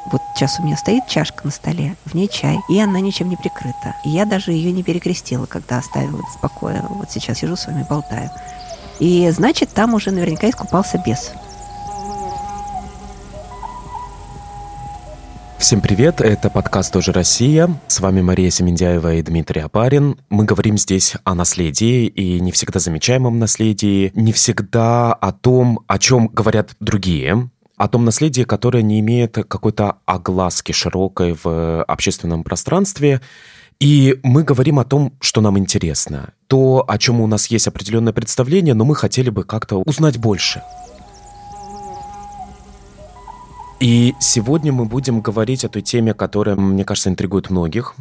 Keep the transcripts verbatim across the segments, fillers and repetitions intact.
Вот сейчас у меня стоит чашка на столе, в ней чай, и она ничем не прикрыта. И я даже ее не перекрестила, когда оставила в покое. Вот сейчас сижу с вами, болтаю. И значит, там уже наверняка искупался бес. Всем привет, это подкаст «Тоже Россия». С вами Мария Семендяева и Дмитрий Опарин. Мы говорим здесь о наследии, и не всегда замечаемом наследии, не всегда о том, о чем говорят другие, о том наследии, которое не имеет какой-то огласки широкой в общественном пространстве. И мы говорим о том, что нам интересно. То, о чем у нас есть определенное представление, но мы хотели бы как-то узнать больше. И сегодня мы будем говорить о той теме, которая, мне кажется, интригует многих,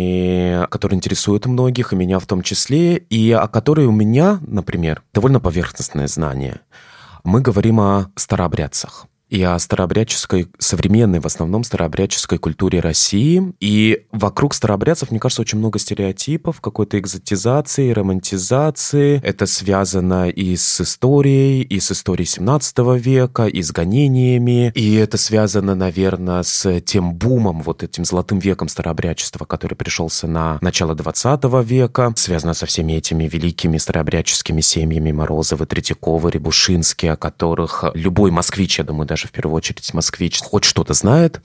и которая интересует многих, и меня в том числе, и о которой у меня, например, довольно поверхностное знание. Мы говорим о старообрядцах и о старообрядческой, современной, в основном, старообрядческой культуре России. И вокруг старообрядцев, мне кажется, очень много стереотипов, какой-то экзотизации, романтизации. Это связано и с историей, и с историей семнадцатого века, и с гонениями. И это связано, наверное, с тем бумом, вот этим золотым веком старообрядчества, который пришелся на начало двадцатого века. Связано со всеми этими великими старообрядческими семьями Морозовы, Третьяковы, Рябушинские, о которых любой москвич, я думаю, даже в первую очередь москвич, хоть что-то знает.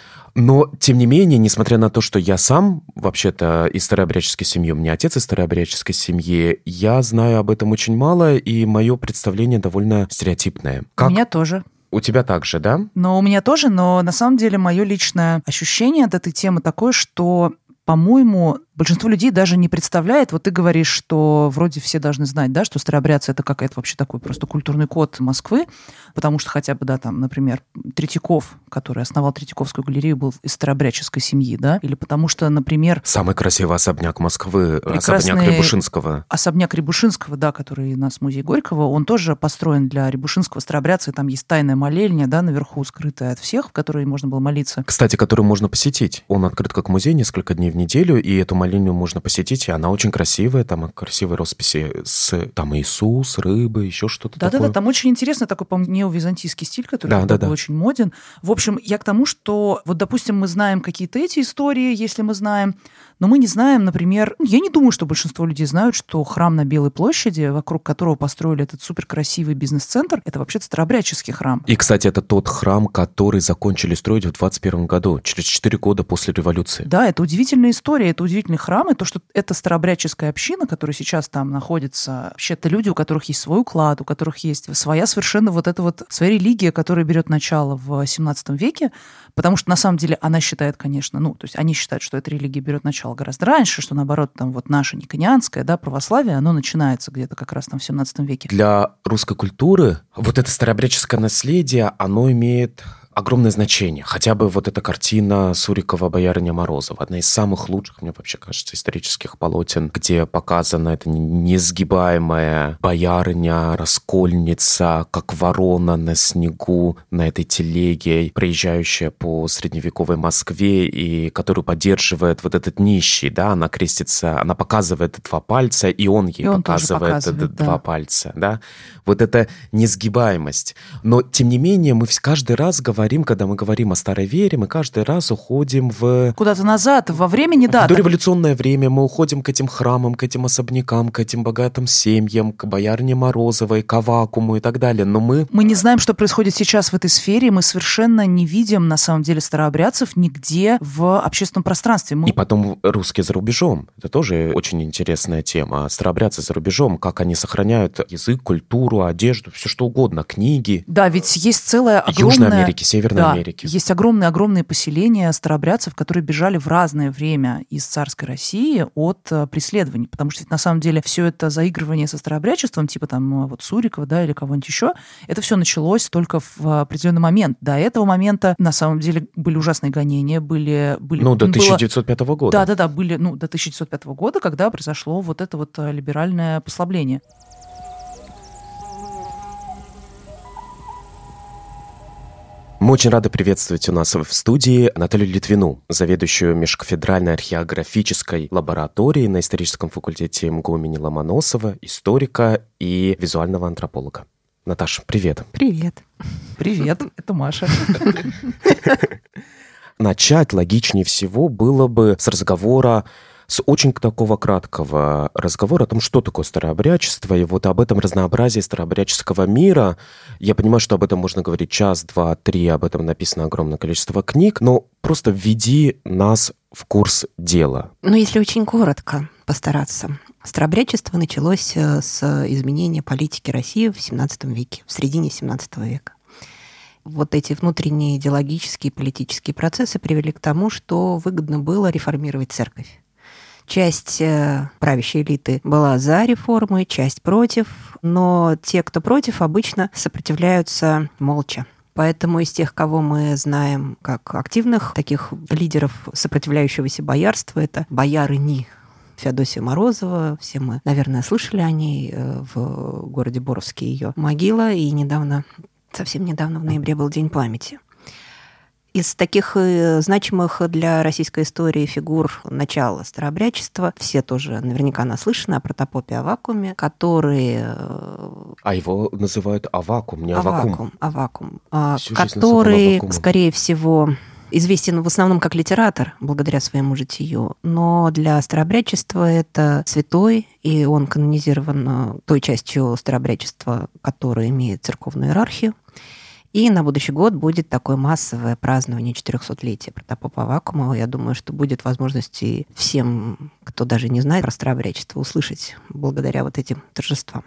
Но, тем не менее, несмотря на то, что я сам, вообще-то, из старообрядческой семьи, у меня отец из старообрядческой семьи, я знаю об этом очень мало, и мое представление довольно стереотипное. Как... У меня тоже. У тебя также, да? Но у меня тоже, но на самом деле мое личное ощущение от этой темы такое, что, по-моему, большинство людей даже не представляет, вот ты говоришь, что вроде все должны знать, да, что старообрядцы — это какая-то вообще такой просто культурный код Москвы, потому что хотя бы, да, там, например, Третьяков, который основал Третьяковскую галерею, был из старообрядческой семьи, да, или потому что, например... Самый красивый особняк Москвы, особняк Рябушинского. Особняк Рябушинского, да, который у нас в музее Горького, он тоже построен для Рябушинского старообрядца, и там есть тайная молельня, да, наверху, скрытая от всех, в которой можно было молиться. Кстати, которую можно посетить. Он открыт как музей несколько дней в неделю, и эту молельню можно посетить, и она очень красивая, там красивые росписи с там Иисус, рыбы, еще что-то да, такое. Да-да-да, там очень интересно такой, по-моему, неовизантийский стиль, который да, да, да, был да. очень моден. В общем, я к тому, что вот, допустим, мы знаем какие-то эти истории, если мы знаем, но мы не знаем, например, я не думаю, что большинство людей знают, что храм на Белой площади, вокруг которого построили этот суперкрасивый бизнес-центр, это вообще-то старообрядческий храм. И, кстати, это тот храм, который закончили строить в двадцать первом году, через четыре года после революции. Да, это удивительная история, это удивительный храм, и то, что это старообрядческая община, которая сейчас там находится, вообще-то люди, у которых есть свой уклад, у которых есть своя совершенно вот эта вот, своя религия, которая берет начало в семнадцатом веке, потому что на самом деле она считает, конечно, ну, то есть они считают, что эта религия берет начало гораздо раньше, что наоборот, там вот наше никонианское, да, православие, оно начинается где-то как раз там в семнадцатом веке. Для русской культуры вот это старообрядческое наследие, оно имеет огромное значение. Хотя бы вот эта картина Сурикова «Боярыня Морозова», одна из самых лучших, мне вообще кажется, исторических полотен, где показана эта несгибаемая боярыня, раскольница, как ворона на снегу, на этой телеге, проезжающая по средневековой Москве, и которую поддерживает вот этот нищий, да, она крестится, она показывает два пальца, и он ей и он показывает, показывает да. два пальца, да. Вот эта несгибаемость. Но, тем не менее, мы каждый раз говорим, когда мы говорим о старой вере, мы каждый раз уходим в... Куда-то назад, во времени, да. В дореволюционное время мы уходим к этим храмам, к этим особнякам, к этим богатым семьям, к боярине Морозовой, к Аввакуму и так далее. Но мы... Мы не знаем, что происходит сейчас в этой сфере, мы совершенно не видим, на самом деле, старообрядцев нигде в общественном пространстве. Мы... И потом русские за рубежом. Это тоже очень интересная тема. Старообрядцы за рубежом, как они сохраняют язык, культуру, одежду, все что угодно, книги. Да, ведь есть целая огромная... Южной Америки, Северной да, Америки. Есть огромные-огромные поселения старообрядцев, которые бежали в разное время из царской России от преследований. Потому что ведь на самом деле все это заигрывание со старообрядчеством, типа там вот Сурикова, да, или кого-нибудь еще, это все началось только в определенный момент. До этого момента на самом деле были ужасные гонения, были... были ну, до было... тысяча девятьсот пятого года. Да-да-да, были, ну, до тысяча девятьсот пятого года, когда произошло вот это вот либеральное послабление. Мы очень рады приветствовать у нас в студии Наталью Литвину, заведующую межкафедральной археографической лабораторией на историческом факультете эм гэ у имени Ломоносова, историка и визуального антрополога. Наташа, привет. Привет. Привет, это Маша. начать логичнее всего было бы с разговора, с очень такого краткого разговора о том, что такое старообрядчество, и вот об этом разнообразии старообрядческого мира. Я понимаю, что об этом можно говорить час, два, три, об этом написано огромное количество книг, но просто введи нас в курс дела. Ну, если очень коротко постараться. Старообрядчество началось с изменения политики России в семнадцатом веке, в середине семнадцатого века. Вот эти внутренние идеологические и политические процессы привели к тому, что выгодно было реформировать церковь. Часть правящей элиты была за реформы, часть против, но те, кто против, обычно сопротивляются молча. Поэтому из тех, кого мы знаем как активных таких лидеров сопротивляющегося боярства, это боярыни Феодосия Морозова. Все мы, наверное, слышали о ней. В городе Боровске ее могила, и недавно, совсем недавно, в ноябре, был День памяти. Из таких значимых для российской истории фигур начала старообрядчества все тоже наверняка наслышаны о протопопе Аввакуме, который... А его называют Аввакум, не Аввакум. Аввакум, Аввакум. Который, Аввакумом. Скорее всего, известен в основном как литератор, благодаря своему житию, но для старообрядчества это святой, и он канонизирован той частью старообрядчества, которая имеет церковную иерархию. И на будущий год будет такое массовое празднование четырехсотлетия протопопа Аввакума. Я думаю, что будет возможность и всем, кто даже не знает про старообрядчество, услышать благодаря вот этим торжествам.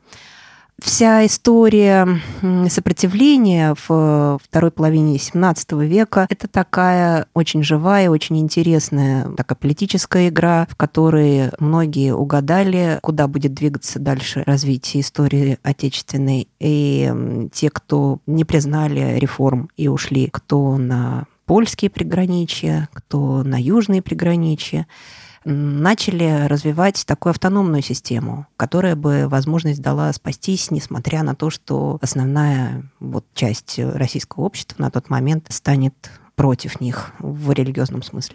Вся история сопротивления в второй половине семнадцатого века – это такая очень живая, очень интересная такая политическая игра, в которой многие угадали, куда будет двигаться дальше развитие истории отечественной. И те, кто не признали реформ и ушли, кто на польские приграничья, кто на южные приграничья, начали развивать такую автономную систему, которая бы возможность дала спастись, несмотря на то, что основная вот часть российского общества на тот момент станет против них в религиозном смысле.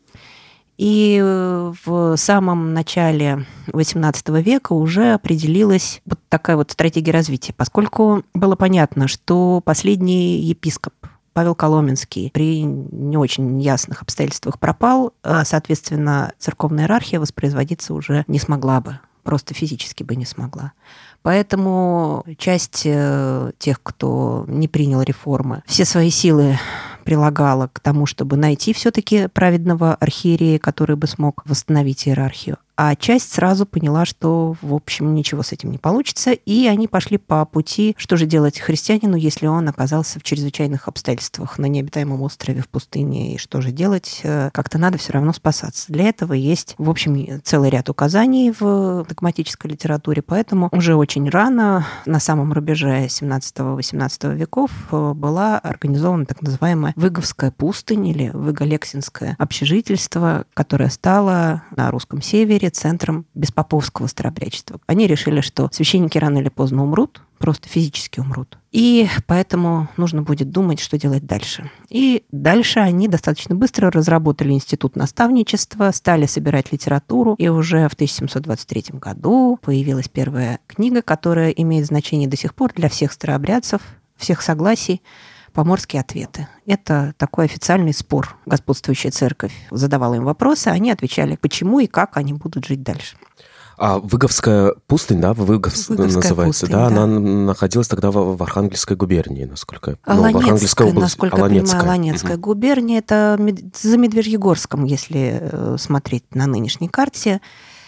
И в самом начале восемнадцатого века уже определилась вот такая вот стратегия развития, поскольку было понятно, что последний епископ Павел Коломенский при не очень ясных обстоятельствах пропал, соответственно, церковная иерархия воспроизводиться уже не смогла бы, просто физически бы не смогла. Поэтому часть тех, кто не принял реформы, все свои силы прилагала к тому, чтобы найти все-таки праведного архиерея, который бы смог восстановить иерархию. А часть сразу поняла, что, в общем, ничего с этим не получится, и они пошли по пути, что же делать христианину, если он оказался в чрезвычайных обстоятельствах на необитаемом острове в пустыне, и что же делать? Как-то надо все равно спасаться. Для этого есть, в общем, целый ряд указаний в догматической литературе, поэтому уже очень рано, на самом рубеже семнадцатого-восемнадцатого веков, была организована так называемая Выговская пустынь или Выголексинское общежительство, которое стало на русском севере центром беспоповского старообрядчества. Они решили, что священники рано или поздно умрут, просто физически умрут. И поэтому нужно будет думать, что делать дальше. И дальше они достаточно быстро разработали институт наставничества, стали собирать литературу, и уже в тысяча семьсот двадцать третьем году появилась первая книга, которая имеет значение до сих пор для всех старообрядцев, всех согласий, «Поморские ответы». Это такой официальный спор. Господствующая церковь задавала им вопросы, они отвечали, почему и как они будут жить дальше. А Выговская пустынь, да, Выговск называется, пустынь, да, да, она находилась тогда в, в Архангельской губернии, насколько я понимаю. ну, Ланецкая, область, насколько я понимаю, Ланецкая угу. губерния, это за Медвежьегорском, если смотреть на нынешней карте.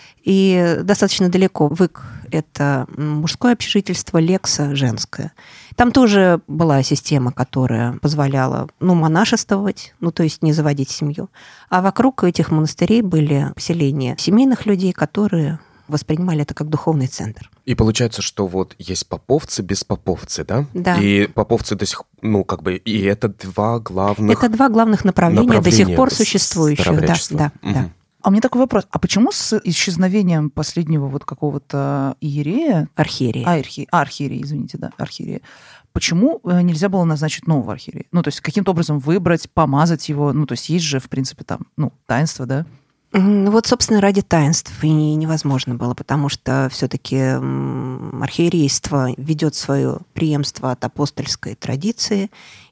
И достаточно далеко. Вык – это мужское общежительство, Лекса – женское. Там тоже была система, которая позволяла ну, монашествовать, ну, то есть не заводить семью. А вокруг этих монастырей были поселения семейных людей, которые воспринимали это как духовный центр. И получается, что вот есть поповцы, беспоповцы, да? Да. И поповцы до сих пор, ну, как бы, и это два главных... Это два главных направления, направления до сих пор существующих. Да, да, угу. да. А у меня такой вопрос. А почему с исчезновением последнего вот какого-то иерея... Архиерея. А, архи... а, архиерея, извините, да, архиерея. Почему нельзя было назначить нового архиерея? Ну, то есть каким-то образом выбрать, помазать его. Ну, то есть есть же, в принципе, там, ну, таинство, да? Ну, вот, собственно, ради таинств и невозможно было, потому что все-таки архиерейство ведет свое преемство от апостольской традиции,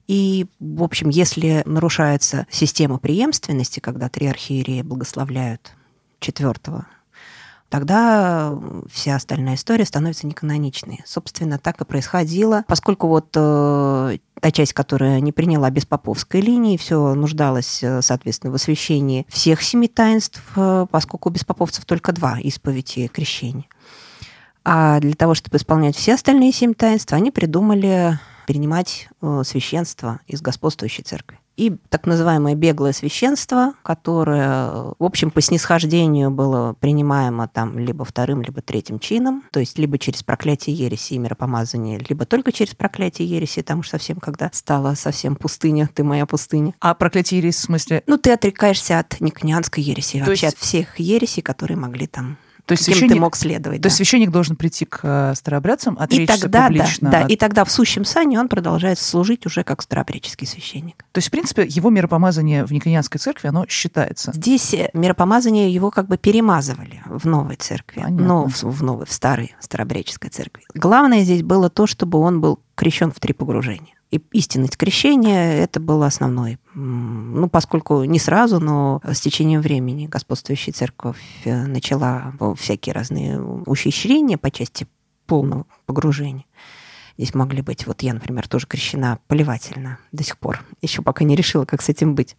И, в общем, если нарушается система преемственности, когда три архиерея благословляют четвертого, тогда вся остальная история становится неканоничной. Собственно, так и происходило. Поскольку вот э, та часть, которая не приняла беспоповской линии, все нуждалась, соответственно, в освящении всех семи таинств, э, поскольку у беспоповцев только два – исповедь и крещение. А для того, чтобы исполнять все остальные семь таинств, они придумали перенимать э, священство из господствующей церкви. И так называемое беглое священство, которое, в общем, по снисхождению было принимаемо там либо вторым, либо третьим чином, то есть либо через проклятие ереси и миропомазание, либо только через проклятие ереси, там уж совсем, когда стала совсем пустыня, ты моя пустыня. А проклятие ереси в смысле? Ну, ты отрекаешься от никонианской ереси, то вообще есть... от всех ересей, которые могли там... То есть Кем священник, ты мог следовать. То да. есть священник должен прийти к старообрядцам, отречься и тогда, публично. Да, да, от... и тогда в сущем сане он продолжает служить уже как старообрядческий священник. То есть, в принципе, его миропомазание в Никонианской церкви, оно считается. Здесь миропомазание его как бы перемазывали в новой церкви, но в, в новой, в старой старообрядческой церкви. Главное здесь было то, чтобы он был крещен в три погружения. И истинность крещения – это было основной. Ну, поскольку не сразу, но с течением времени господствующая церковь начала всякие разные ухищрения по части полного погружения. Здесь могли быть, вот я, например, тоже крещена поливательно до сих пор. Еще пока не решила, как с этим быть.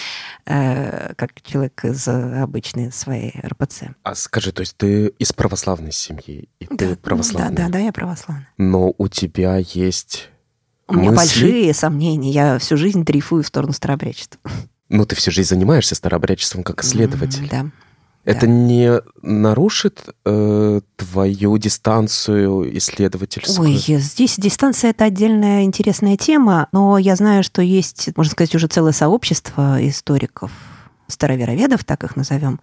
Как человек из обычной своей эр пэ цэ. А скажи, то есть ты из православной семьи? И да, ты православная? Да, да, да, я православная. Но у тебя есть... У меня мысли... большие сомнения. Я всю жизнь дрейфую в сторону старообрядчества. Ну, ты всю жизнь занимаешься старообрядчеством как исследователь. Mm, да. Это да. не нарушит э, твою дистанцию исследовательскую? Ой, здесь дистанция – это отдельная интересная тема, но я знаю, что есть, можно сказать, уже целое сообщество историков, старовероведов, так их назовем,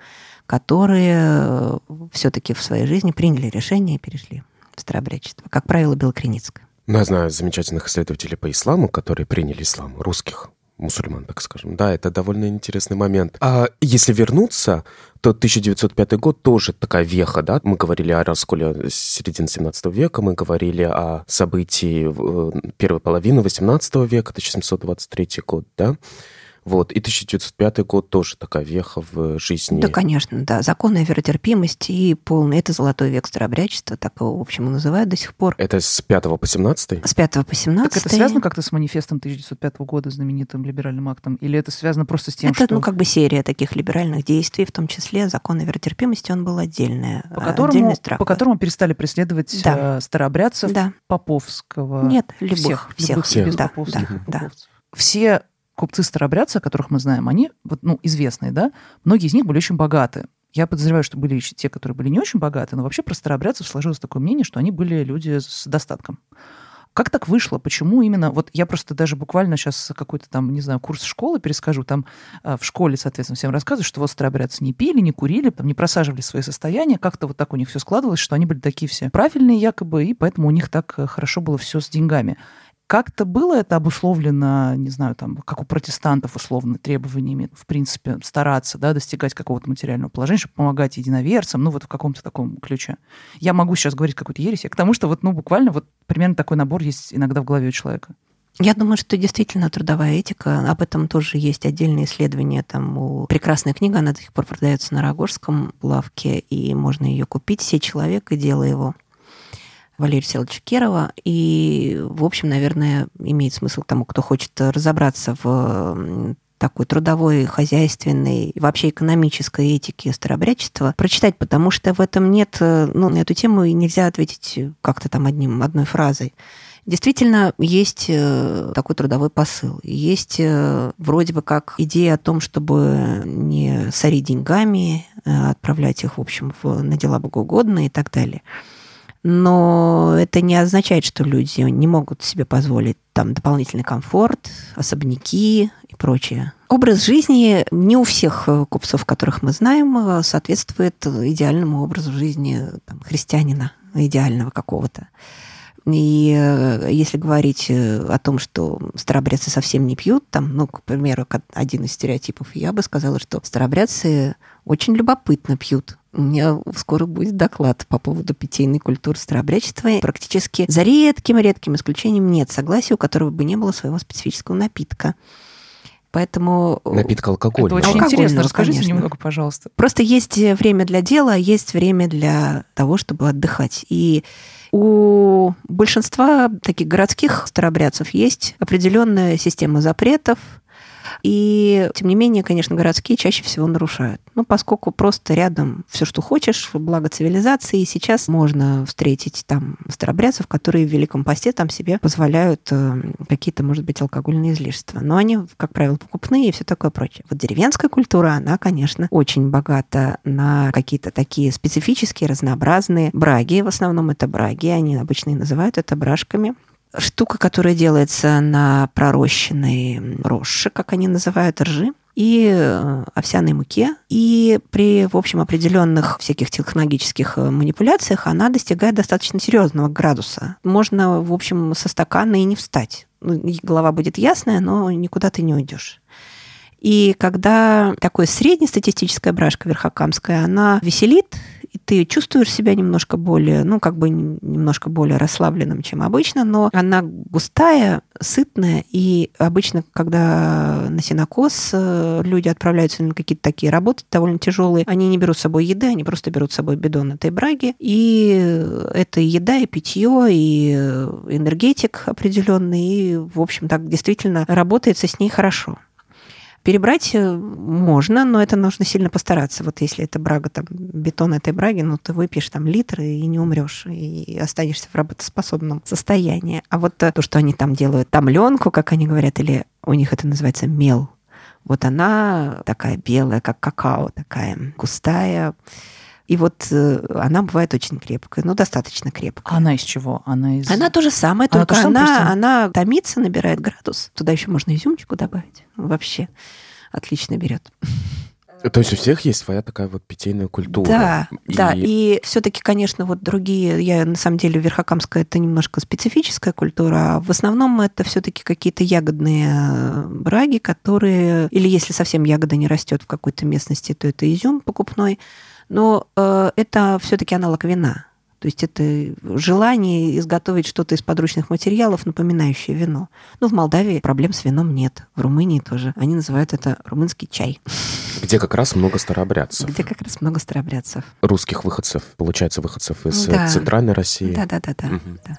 которые все-таки в своей жизни приняли решение и перешли в старообрядчество. Как правило, Белокреницкая. Ну, я знаю замечательных исследователей по исламу, которые приняли ислам, русских мусульман, так скажем. Да, это довольно интересный момент. А если вернуться, то тысяча девятьсот пятый год тоже такая веха, да? Мы говорили о расколе середины семнадцатого века, мы говорили о событии первой половины восемнадцатого века, тысяча семьсот двадцать третий год, да? Вот. И тысяча девятьсот пятый год тоже такая веха в жизни. Да, конечно, да. Законная веротерпимость и полный. Это золотой век старообрядчества, так его, в общем, и называют до сих пор. Это с пятого по семнадцатый? С пятого по семнадцатый. Так это связано как-то с манифестом тысяча девятьсот пятого года, знаменитым либеральным актом? Или это связано просто с тем, это, что... ну, как бы серия таких либеральных действий, в том числе законной веротерпимости, он был отдельная, по которому, страх. По которому перестали преследовать да. старообрядцев да. Поповского... Нет, любых. Всех. Всех. Любых всех. Да, поповских, да, да. Все купцы-старообрядцы, о которых мы знаем, они, вот, ну, известные, да, многие из них были очень богаты. Я подозреваю, что были еще те, которые были не очень богаты, но вообще про старообрядцев сложилось такое мнение, что они были люди с достатком. Как так вышло? Почему именно... Вот я просто даже буквально сейчас какой-то там, не знаю, курс школы перескажу. Там в школе, соответственно, всем рассказывают, что вот старообрядцы не пили, не курили, там не просаживали свои состояния. Как-то вот так у них все складывалось, что они были такие все правильные якобы, и поэтому у них так хорошо было все с деньгами. Как-то было это обусловлено, не знаю, там, как у протестантов, условно, требованиями, в принципе, стараться, да, достигать какого-то материального положения, чтобы помогать единоверцам, ну, вот в каком-то таком ключе. Я могу сейчас говорить какую-то ересь, к тому, что вот, ну, буквально вот примерно такой набор есть иногда в голове у человека. Я думаю, что действительно трудовая этика, об этом тоже есть отдельные исследования. Там у... прекрасная книга, она до сих пор продается на Рогожском лавке, и можно ее купить. «Сей человек и дело его». Валерия Всеволодовича Керова. И, в общем, наверное, имеет смысл тому, кто хочет разобраться в такой трудовой, хозяйственной и вообще экономической этике старообрядчества, прочитать, потому что в этом нет... Ну, на эту тему и нельзя ответить как-то там одним, одной фразой. Действительно, есть такой трудовой посыл. Есть вроде бы как идея о том, чтобы не сорить деньгами, отправлять их, в общем, на дела богоугодные и так далее. Но это не означает, что люди не могут себе позволить там дополнительный комфорт, особняки и прочее. Образ жизни не у всех купцов, которых мы знаем, соответствует идеальному образу жизни там, христианина, идеального какого-то. И если говорить о том, что старообрядцы совсем не пьют, там, ну, к примеру, один из стереотипов, я бы сказала, что старообрядцы очень любопытно пьют. У меня скоро будет доклад по поводу питейной культуры старообрядчества. Практически за редким-редким исключением нет согласия, у которого бы не было своего специфического напитка. Поэтому... Напитка алкогольного. Это очень интересно. Расскажите конечно. немного, пожалуйста. Просто есть время для дела, а есть время для того, чтобы отдыхать. И у большинства таких городских старообрядцев есть определенная система запретов, и, тем не менее, конечно, городские чаще всего нарушают. Ну, поскольку просто рядом все, что хочешь, благо цивилизации, сейчас можно встретить там старообрядцев, которые в Великом посте там себе позволяют э, какие-то, может быть, алкогольные излишества. Но они, как правило, покупные и все такое прочее. Вот деревенская культура, она, конечно, очень богата на какие-то такие специфические, разнообразные браги. В основном это браги, они обычно и называют это брашками. Штука, которая делается на пророщенной рожше, как они называют, ржи, и овсяной муке. И при, в общем, определенных всяких технологических манипуляциях она достигает достаточно серьезного градуса. Можно, в общем, со стакана и не встать. Голова будет ясная, но никуда ты не уйдешь. И когда такое среднестатистическая брашка верхокамская, она веселит, и ты чувствуешь себя немножко более, ну, как бы немножко более расслабленным, чем обычно, но она густая, сытная, и обычно, когда на сенокос люди отправляются на какие-то такие работы довольно тяжелые, они не берут с собой еды, они просто берут с собой бидон этой браги, и это и еда, и питье, и энергетик определенный, и, в общем, так действительно работается с ней хорошо. Перебрать можно, но это нужно сильно постараться. Вот если это брага, там, бетон этой браги, ну, ты выпьешь там литры и не умрешь, и останешься в работоспособном состоянии. А вот то, что они там делают, томленку, как они говорят, или у них это называется мел, вот она такая белая, как какао, такая густая. И вот она бывает очень крепкая, ну, достаточно крепкая. А она из чего? Она из... Она то же самое, она только то она, просто... она томится, набирает градус. Туда еще можно изюмчику добавить. Вообще отлично берет. То есть у всех есть своя такая вот питейная культура. Да, и... да. И все-таки, конечно, вот другие, я на самом деле верхокамская это немножко специфическая культура, а в основном это все-таки какие-то ягодные браги, которые, или если совсем ягода не растет в какой-то местности, то это изюм покупной. Но э, это все-таки аналог вина. То есть это желание изготовить что-то из подручных материалов, напоминающее вино. Ну, в Молдавии проблем с вином нет. В Румынии тоже. Они называют это румынский чай. Где как раз много старообрядцев. Где как раз много старообрядцев. Русских выходцев, получается, выходцев из да. Центральной России. Да-да-да. Угу. Да.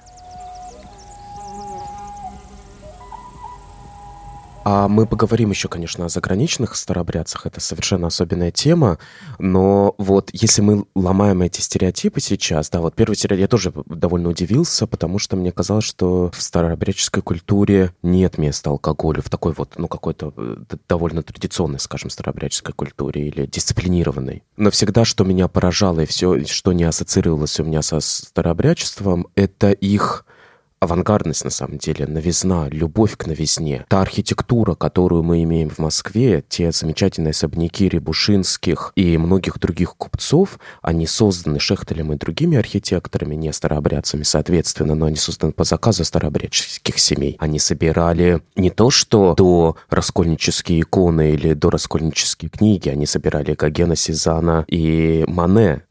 А мы поговорим еще, конечно, о заграничных старообрядцах. Это совершенно особенная тема. Но вот если мы ломаем эти стереотипы сейчас, да, вот первый стереотип, я тоже довольно удивился, потому что мне казалось, что в старообрядческой культуре нет места алкоголю, в такой вот, ну, какой-то довольно традиционной, скажем, старообрядческой культуре или дисциплинированной. Но всегда, что меня поражало и все, что не ассоциировалось у меня со старообрядчеством, это их авангардность, на самом деле, новизна, любовь к новизне. Та архитектура, которую мы имеем в Москве, те замечательные особняки Рябушинских и многих других купцов, они созданы Шехтелем и другими архитекторами, не старообрядцами, соответственно, но они созданы по заказу старообрядческих семей. Они собирали не то, что до раскольнические иконы или до раскольнические книги, они собирали Гогена, Сезанна и Мане.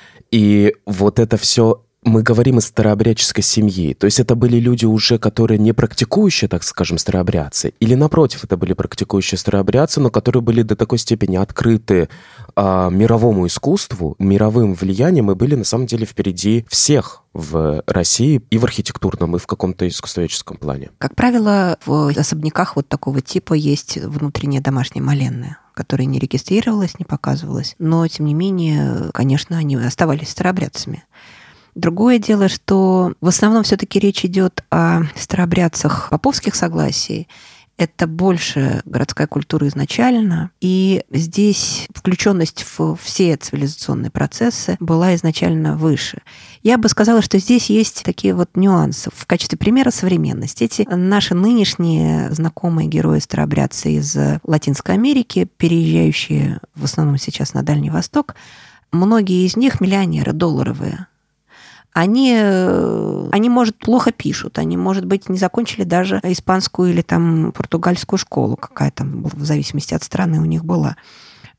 И вот это все... Мы говорим о старообрядческой семье, то есть это были люди уже, которые не практикующие, так скажем, старообрядцы, или напротив, это были практикующие старообрядцы, но которые были до такой степени открыты а, мировому искусству, мировым влиянием, и были на самом деле впереди всех в России и в архитектурном, и в каком-то искусствоведческом плане. Как правило, в особняках вот такого типа есть внутренняя домашняя моленная, которая не регистрировалась, не показывалась, но, тем не менее, конечно, они оставались старообрядцами. Другое дело, что в основном все-таки речь идет о старообрядцах поповских согласий. Это больше городская культура изначально, и здесь включенность в все цивилизационные процессы была изначально выше. Я бы сказала, что здесь есть такие вот нюансы. В качестве примера современности. Эти наши нынешние знакомые герои-старообрядцы из Латинской Америки, переезжающие в основном сейчас на Дальний Восток, многие из них миллионеры долларовые. Они, они, может, плохо пишут, они, может быть, не закончили даже испанскую или там португальскую школу, какая там, в зависимости от страны, у них была.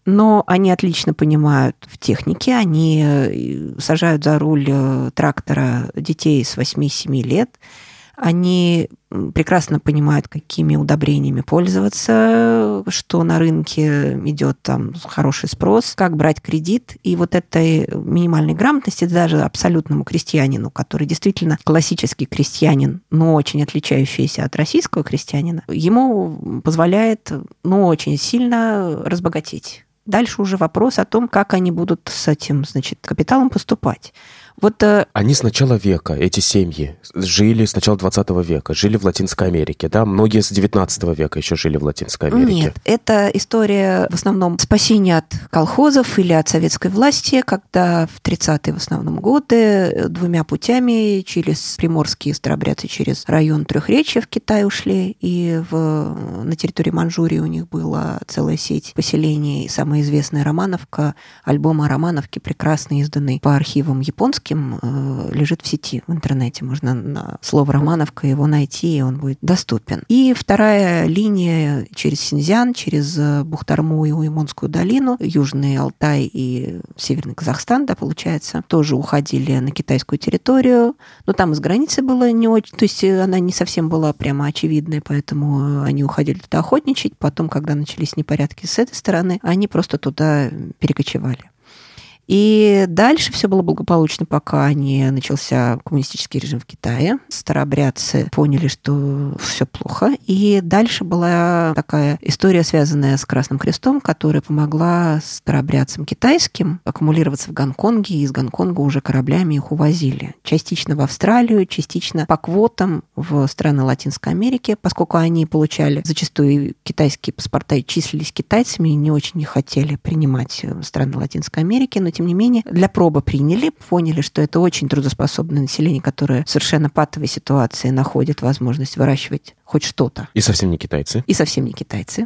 Но они отлично понимают в технике, они сажают за руль трактора детей с восьми-семи лет, они прекрасно понимают, какими удобрениями пользоваться, что на рынке идет там хороший спрос, как брать кредит. И вот этой минимальной грамотности даже абсолютному крестьянину, который действительно классический крестьянин, но очень отличающийся от российского крестьянина, ему позволяет, ну, очень сильно разбогатеть. Дальше уже вопрос о том, как они будут с этим, значит, капиталом поступать. Вот, они с начала века, эти семьи, жили с начала двадцатого века, жили в Латинской Америке, да? Многие с девятнадцатого века еще жили в Латинской Америке. Нет, это история в основном спасения от колхозов или от советской власти, когда в тридцатые в основном годы двумя путями через приморские старобрядцы, через район Трехречья в Китай ушли, и в, на территории Манчжурии у них была целая сеть поселений, самая известная Романовка, альбом о Романовке, прекрасно изданный по архивам японским, лежит в сети, в интернете. Можно на слово «Романовка» его найти, и он будет доступен. И вторая линия через Синьцзян, через Бухтарму и Уймонскую долину, Южный Алтай и Северный Казахстан, да, получается, тоже уходили на китайскую территорию. Но там из границы было не очень... То есть она не совсем была прямо очевидной, поэтому они уходили туда охотничать. Потом, когда начались непорядки с этой стороны, они просто туда перекочевали. И дальше все было благополучно, пока не начался коммунистический режим в Китае. Старообрядцы поняли, что все плохо. И дальше была такая история, связанная с Красным Крестом, которая помогла старообрядцам китайским аккумулироваться в Гонконге, и из Гонконга уже кораблями их увозили. Частично в Австралию, частично по квотам в страны Латинской Америки, поскольку они получали зачастую китайские паспорта и числились китайцами, и не очень не хотели принимать страны Латинской Америки, но тем не менее, для пробы приняли, поняли, что это очень трудоспособное население, которое в совершенно патовой ситуации находит возможность выращивать хоть что-то. И совсем не китайцы. И совсем не китайцы.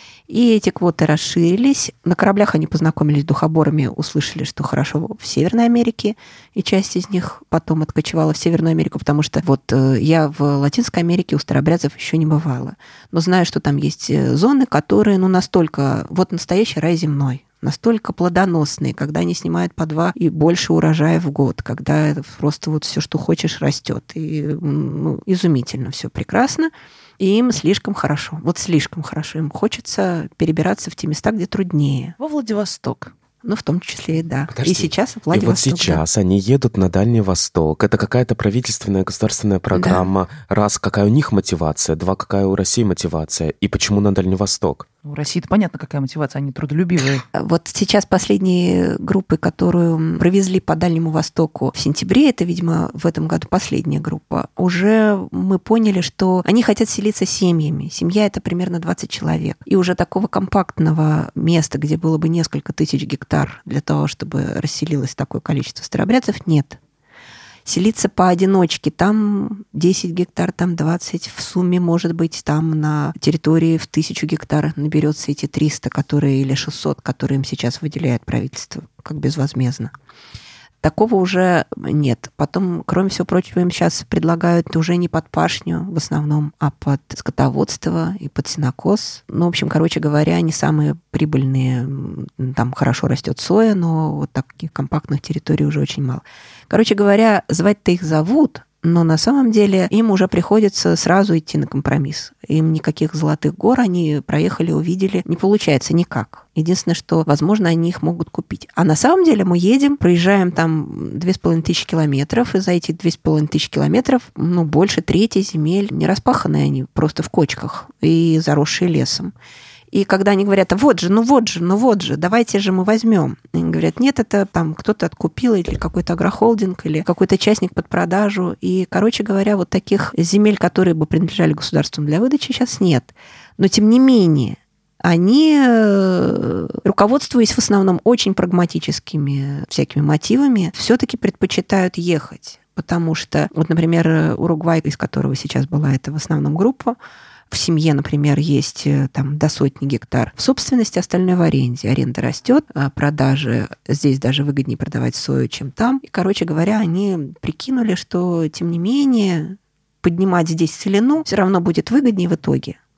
И эти квоты расширились. На кораблях они познакомились с духоборами, услышали, что хорошо в Северной Америке, и часть из них потом откочевала в Северную Америку, потому что вот я в Латинской Америке у старообрядцев еще не бывала. Но знаю, что там есть зоны, которые, ну, настолько... Вот настоящий рай земной. Настолько плодоносные, когда они снимают по два и больше урожая в год, когда просто вот все, что хочешь, растет. И, ну, изумительно, все прекрасно. И им слишком хорошо. Вот слишком хорошо. Им хочется перебираться в те места, где труднее. Во Владивосток. Ну, в том числе и да. Подожди. И сейчас Владивосток. И вот сейчас да. они едут на Дальний Восток. Это какая-то правительственная государственная программа. Да. Раз, какая у них мотивация. Два, какая у России мотивация. И почему на Дальний Восток? У России-то понятно, какая мотивация, они трудолюбивые. Вот сейчас последние группы, которую провезли по Дальнему Востоку в сентябре, это, видимо, в этом году последняя группа, уже мы поняли, что они хотят селиться семьями. Семья — это примерно двадцать человек. И уже такого компактного места, где было бы несколько тысяч гектар для того, чтобы расселилось такое количество старообрядцев, нет. Селиться поодиночке, там десять гектар, там двадцать, в сумме, может быть, там на территории в тысячу гектар наберется эти триста, которые, или шестьсот, которые им сейчас выделяет правительство, как безвозмездно. Такого уже нет. Потом, кроме всего прочего, им сейчас предлагают уже не под пашню в основном, а под скотоводство и под сенокос. Ну, в общем, короче говоря, они самые прибыльные. Там хорошо растет соя, но вот таких компактных территорий уже очень мало. Короче говоря, звать-то их зовут, но на самом деле им уже приходится сразу идти на компромисс. Им никаких золотых гор они проехали, увидели. Не получается никак. Единственное, что, возможно, они их могут купить. А на самом деле мы едем, проезжаем там две с половиной тысячи километров, и за эти две с половиной тысячи километров, ну, больше трети земель не распаханные они, просто в кочках и заросшие лесом. И когда они говорят, вот же, ну вот же, ну вот же, давайте же мы возьмем. Они говорят, нет, это там кто-то откупил, или какой-то агрохолдинг, или какой-то частник под продажу. И, короче говоря, вот таких земель, которые бы принадлежали государству для выдачи, сейчас нет. Но, тем не менее, они, руководствуясь в основном очень прагматическими всякими мотивами, все-таки предпочитают ехать. Потому что, вот, например, Уругвай, из которого сейчас была эта в основном группа, в семье, например, есть там до сотни гектар в собственности, остальное в аренде. Аренда растет, а продажи здесь даже выгоднее продавать сою, чем там. И, короче говоря, они прикинули, что, тем не менее, поднимать здесь целину все равно будет выгоднее в итоге.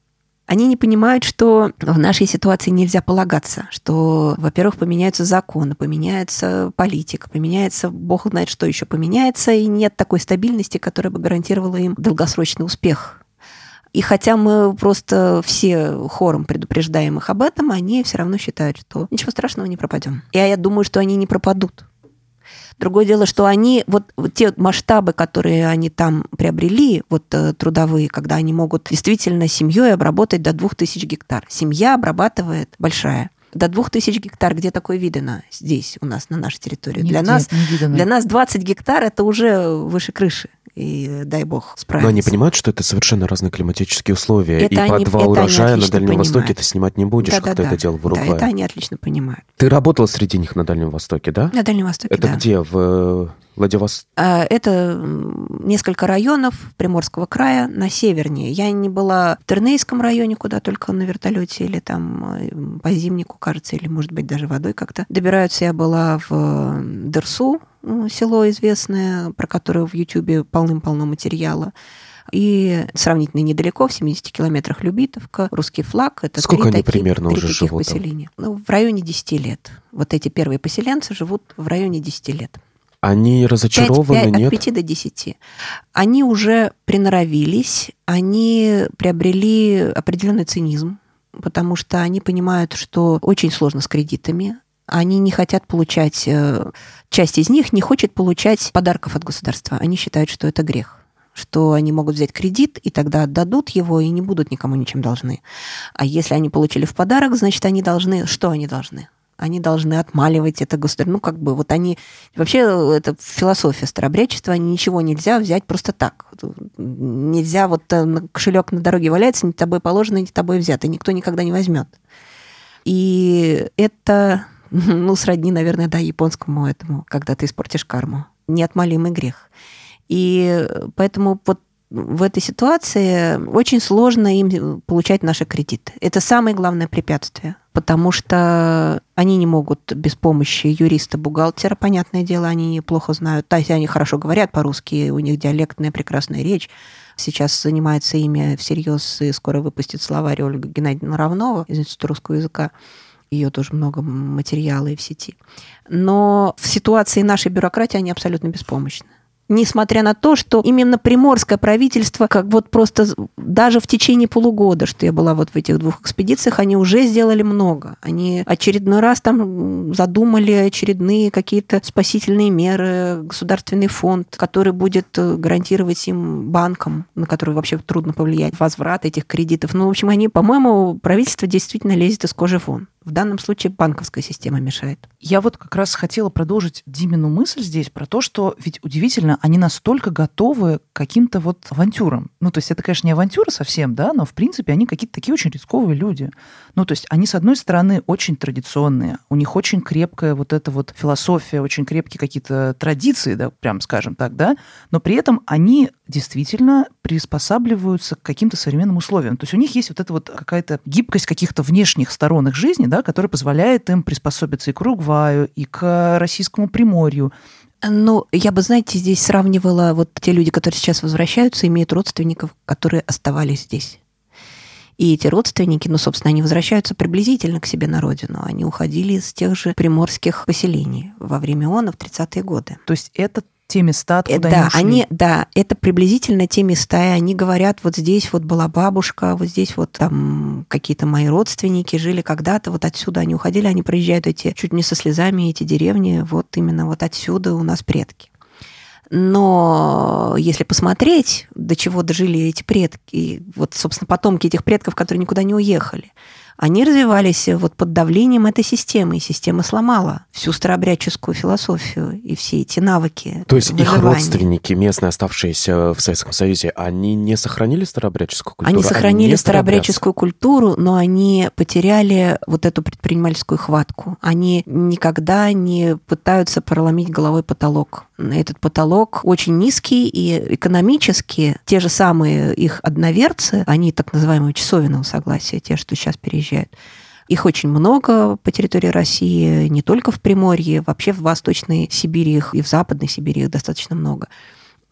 Они не понимают, что в нашей ситуации нельзя полагаться, что, во-первых, поменяются законы, поменяется политика, поменяется, бог знает, что еще поменяется, и нет такой стабильности, которая бы гарантировала им долгосрочный успех. И хотя мы просто все хором предупреждаем их об этом, они все равно считают, что ничего страшного, не пропадем. И я думаю, что они не пропадут. Другое дело, что они, вот, вот те масштабы, которые они там приобрели, вот трудовые, когда они могут действительно семьей обработать до двух тысяч гектар. Семья обрабатывает большая. До двух тысяч гектар, где такое видано здесь у нас, на нашей территории. Нигде, для нас, для нас двадцать гектар – это уже выше крыши. И дай бог справиться. Но они понимают, что это совершенно разные климатические условия. Это и они, по два урожая на Дальнем понимают. Востоке ты снимать не будешь, да, как да, ты да. это делал в Уругвае. Да, это они отлично понимают. Ты работала среди них на Дальнем Востоке, да? На Дальнем Востоке, это да. где? В Владивостоке? Это несколько районов Приморского края на севернее. Я не была в Тернейском районе, куда только на вертолете или там по зимнику, кажется, или, может быть, даже водой как-то добираются. Я была в Дерсу, село известное, про которое в Ютьюбе полным-полно материала. И сравнительно недалеко, в семидесяти километрах Любитовка, Русский флаг. Это Сколько три они таких, примерно три уже таких живут поселения. Ну, в районе десяти лет. Вот эти первые поселенцы живут в районе десяти лет. Они разочарованы, пять, пять, нет? От пяти до десяти. Они уже приноровились, они приобрели определенный цинизм, потому что они понимают, что очень сложно с кредитами. Они не хотят получать, часть из них не хочет получать подарков от государства. Они считают, что это грех, что они могут взять кредит, и тогда отдадут его, и не будут никому ничем должны. А если они получили в подарок, значит, они должны... Что они должны? Они должны отмаливать это государство. Ну, как бы, вот они... Вообще, это философия старообрядчества, ничего нельзя взять просто так. Нельзя, вот кошелек на дороге валяется, не тобой положено, не тобой взято, никто никогда не возьмет. И это... Ну, сродни, наверное, да, японскому этому, когда ты испортишь карму. Неотмолимый грех. И поэтому вот в этой ситуации очень сложно им получать наши кредиты. Это самое главное препятствие, потому что они не могут без помощи юриста-бухгалтера, понятное дело, они плохо знают. То есть они хорошо говорят по-русски, у них диалектная прекрасная речь. Сейчас занимается ими всерьез и скоро выпустит словарь Ольга Геннадьевна Равнова из Института русского языка. Ее тоже много материала и в сети. Но в ситуации нашей бюрократии они абсолютно беспомощны. Несмотря на то, что именно приморское правительство, как вот просто даже в течение полугода, что я была вот в этих двух экспедициях, они уже сделали много. Они очередной раз там задумали очередные какие-то спасительные меры, государственный фонд, который будет гарантировать им банкам, на которые вообще трудно повлиять, возврат этих кредитов. Ну, в общем, они, по-моему, правительство действительно лезет из кожи вон. В данном случае банковская система мешает. Я вот как раз хотела продолжить Димину мысль здесь про то, что ведь удивительно, они настолько готовы к каким-то вот авантюрам. Ну, то есть это, конечно, не авантюра совсем, да, но, в принципе, они какие-то такие очень рисковые люди. Ну, то есть они, с одной стороны, очень традиционные, у них очень крепкая вот эта вот философия, очень крепкие какие-то традиции, да, прям скажем так, да, но при этом они действительно приспосабливаются к каким-то современным условиям. То есть у них есть вот эта вот какая-то гибкость каких-то внешних сторон их жизни, да, которая позволяет им приспособиться и к Уругваю, и к российскому Приморью. Ну, я бы, знаете, здесь сравнивала вот те люди, которые сейчас возвращаются, имеют родственников, которые оставались здесь. И эти родственники, ну, собственно, они возвращаются приблизительно к себе на родину. Они уходили из тех же приморских поселений во время ООНа в тридцатые годы. То есть это те места, откуда да, они ушли? Они, да, это приблизительно те места, и они говорят, вот здесь вот была бабушка, вот здесь вот там какие-то мои родственники жили когда-то, вот отсюда они уходили, они проезжают эти, чуть не со слезами эти деревни, вот именно вот отсюда у нас предки. Но если посмотреть, до чего дожили эти предки, вот, собственно, потомки этих предков, которые никуда не уехали, они развивались вот под давлением этой системы, и система сломала всю старообрядческую философию и все эти навыки. То есть выживания. Их родственники, местные, оставшиеся в Советском Союзе, они не сохранили старообрядческую культуру? Они сохранили они старообрядческую культуру, но они потеряли вот эту предпринимательскую хватку. Они никогда не пытаются проломить головой потолок. Этот потолок очень низкий, и экономически те же самые их одноверцы, они так называемого часовенного согласия, те, что сейчас переезжают, их очень много по территории России, не только в Приморье, вообще в Восточной Сибири их и в Западной Сибири их достаточно много.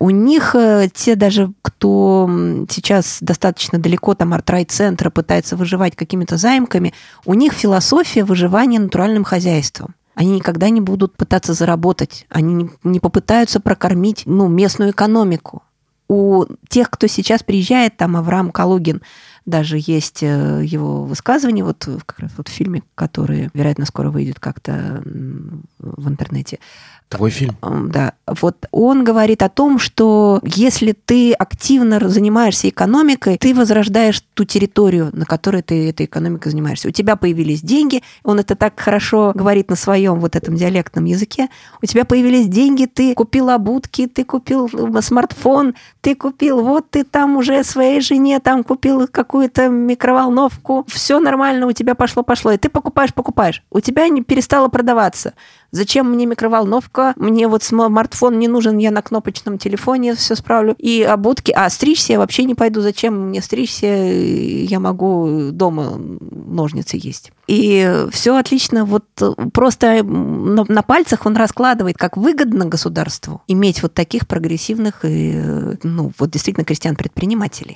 У них те даже, кто сейчас достаточно далеко там от райцентра пытается выживать какими-то займками, у них философия выживания натуральным хозяйством. Они никогда не будут пытаться заработать, они не попытаются прокормить ну, местную экономику. У тех, кто сейчас приезжает, там Авраам Калугин, даже есть его высказывание, вот как раз вот в фильме, который, вероятно, скоро выйдет как-то в интернете. Твой фильм? Да. Вот он говорит о том, что если ты активно занимаешься экономикой, ты возрождаешь ту территорию, на которой ты этой экономикой занимаешься. У тебя появились деньги, он это так хорошо говорит на своем вот этом диалектном языке. У тебя появились деньги, ты купил обутки, ты купил смартфон, ты купил, вот ты там уже своей жене там купил какую-то микроволновку. Все нормально, у тебя пошло-пошло. И ты покупаешь, покупаешь. У тебя не перестало продаваться. Зачем мне микроволновка? Мне вот смартфон не нужен, я на кнопочном телефоне все справлю. И обутки. А стричься я вообще не пойду. Зачем мне стричься? Я могу дома ножницы есть. И все отлично. Вот просто на пальцах он раскладывает, как выгодно государству иметь вот таких прогрессивных и, ну, вот действительно крестьян-предпринимателей.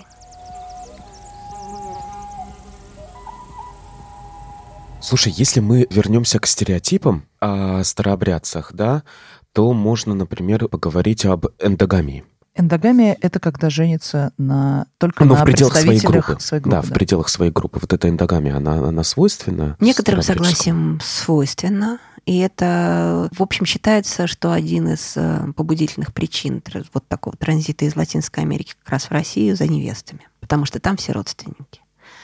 Слушай, если мы вернемся к стереотипам о старообрядцах, да, то можно, например, поговорить об эндогамии. Эндогамия – это когда женится на, только ну, на в пределах своей представителях группы. своей группы. Да, да, в пределах своей группы. Вот эта эндогамия, она, она свойственна? Некоторым согласием свойственна. И это, в общем, считается, что один из побудительных причин вот такого транзита из Латинской Америки как раз в Россию за невестами. Потому что там все родственники.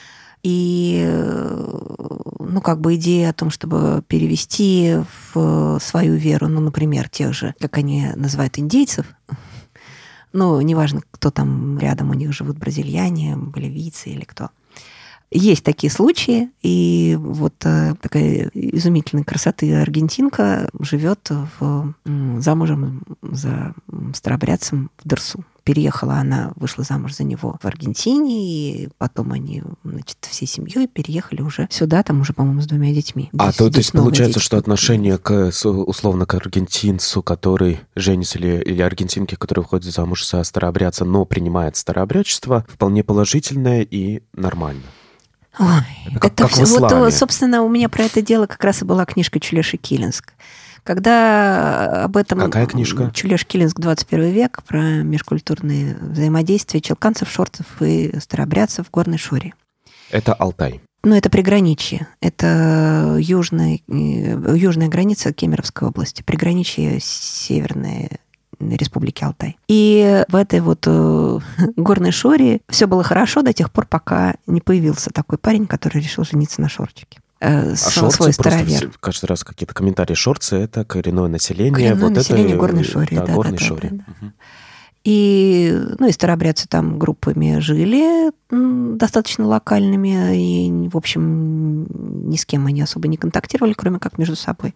И, ну, как бы идея о том, чтобы перевести в свою веру, ну, например, тех же, как они называют, индейцев, ну, неважно, кто там рядом у них живут, бразильяне, боливийцы или кто. Есть такие случаи, и вот такая изумительной красоты аргентинка живет в, замужем за старообрядцем в Дерсу. Переехала она, вышла замуж за него в Аргентине, и потом они, значит, всей семьей переехали уже сюда, там уже, по-моему, с двумя детьми. А Здесь, то, то есть получается, дети. что отношение к, условно, к аргентинцу, который женится, или, или аргентинке, которая выходит замуж за старообрядца, но принимает старообрядчество, вполне положительное и нормально. Ой, это как, это как все, в исламе. Вот, собственно, у меня про это дело как раз и была книжка Чулеши Килинск. Когда об этом... Какая книжка? Чулеш Килинск, двадцать первый век, про межкультурные взаимодействия челканцев, шорцев и старообрядцев в Горной Шоре. Это Алтай. Ну, это приграничье. Это южная, южная граница Кемеровской области, приграничье Северной Республики Алтай. И в этой вот э, Горной Шоре все было хорошо до тех пор, пока не появился такой парень, который решил жениться на шорчике. Э, а свой шорцы, старовер. Просто каждый раз какие-то комментарии. Шорцы — это коренное население. Коренное вот население это, Горной Шоре. Да, да, Горной да, Шоре. Да, да, да. Угу. И, ну, и старообрядцы там группами жили достаточно локальными, и, в общем, ни с кем они особо не контактировали, кроме как между собой.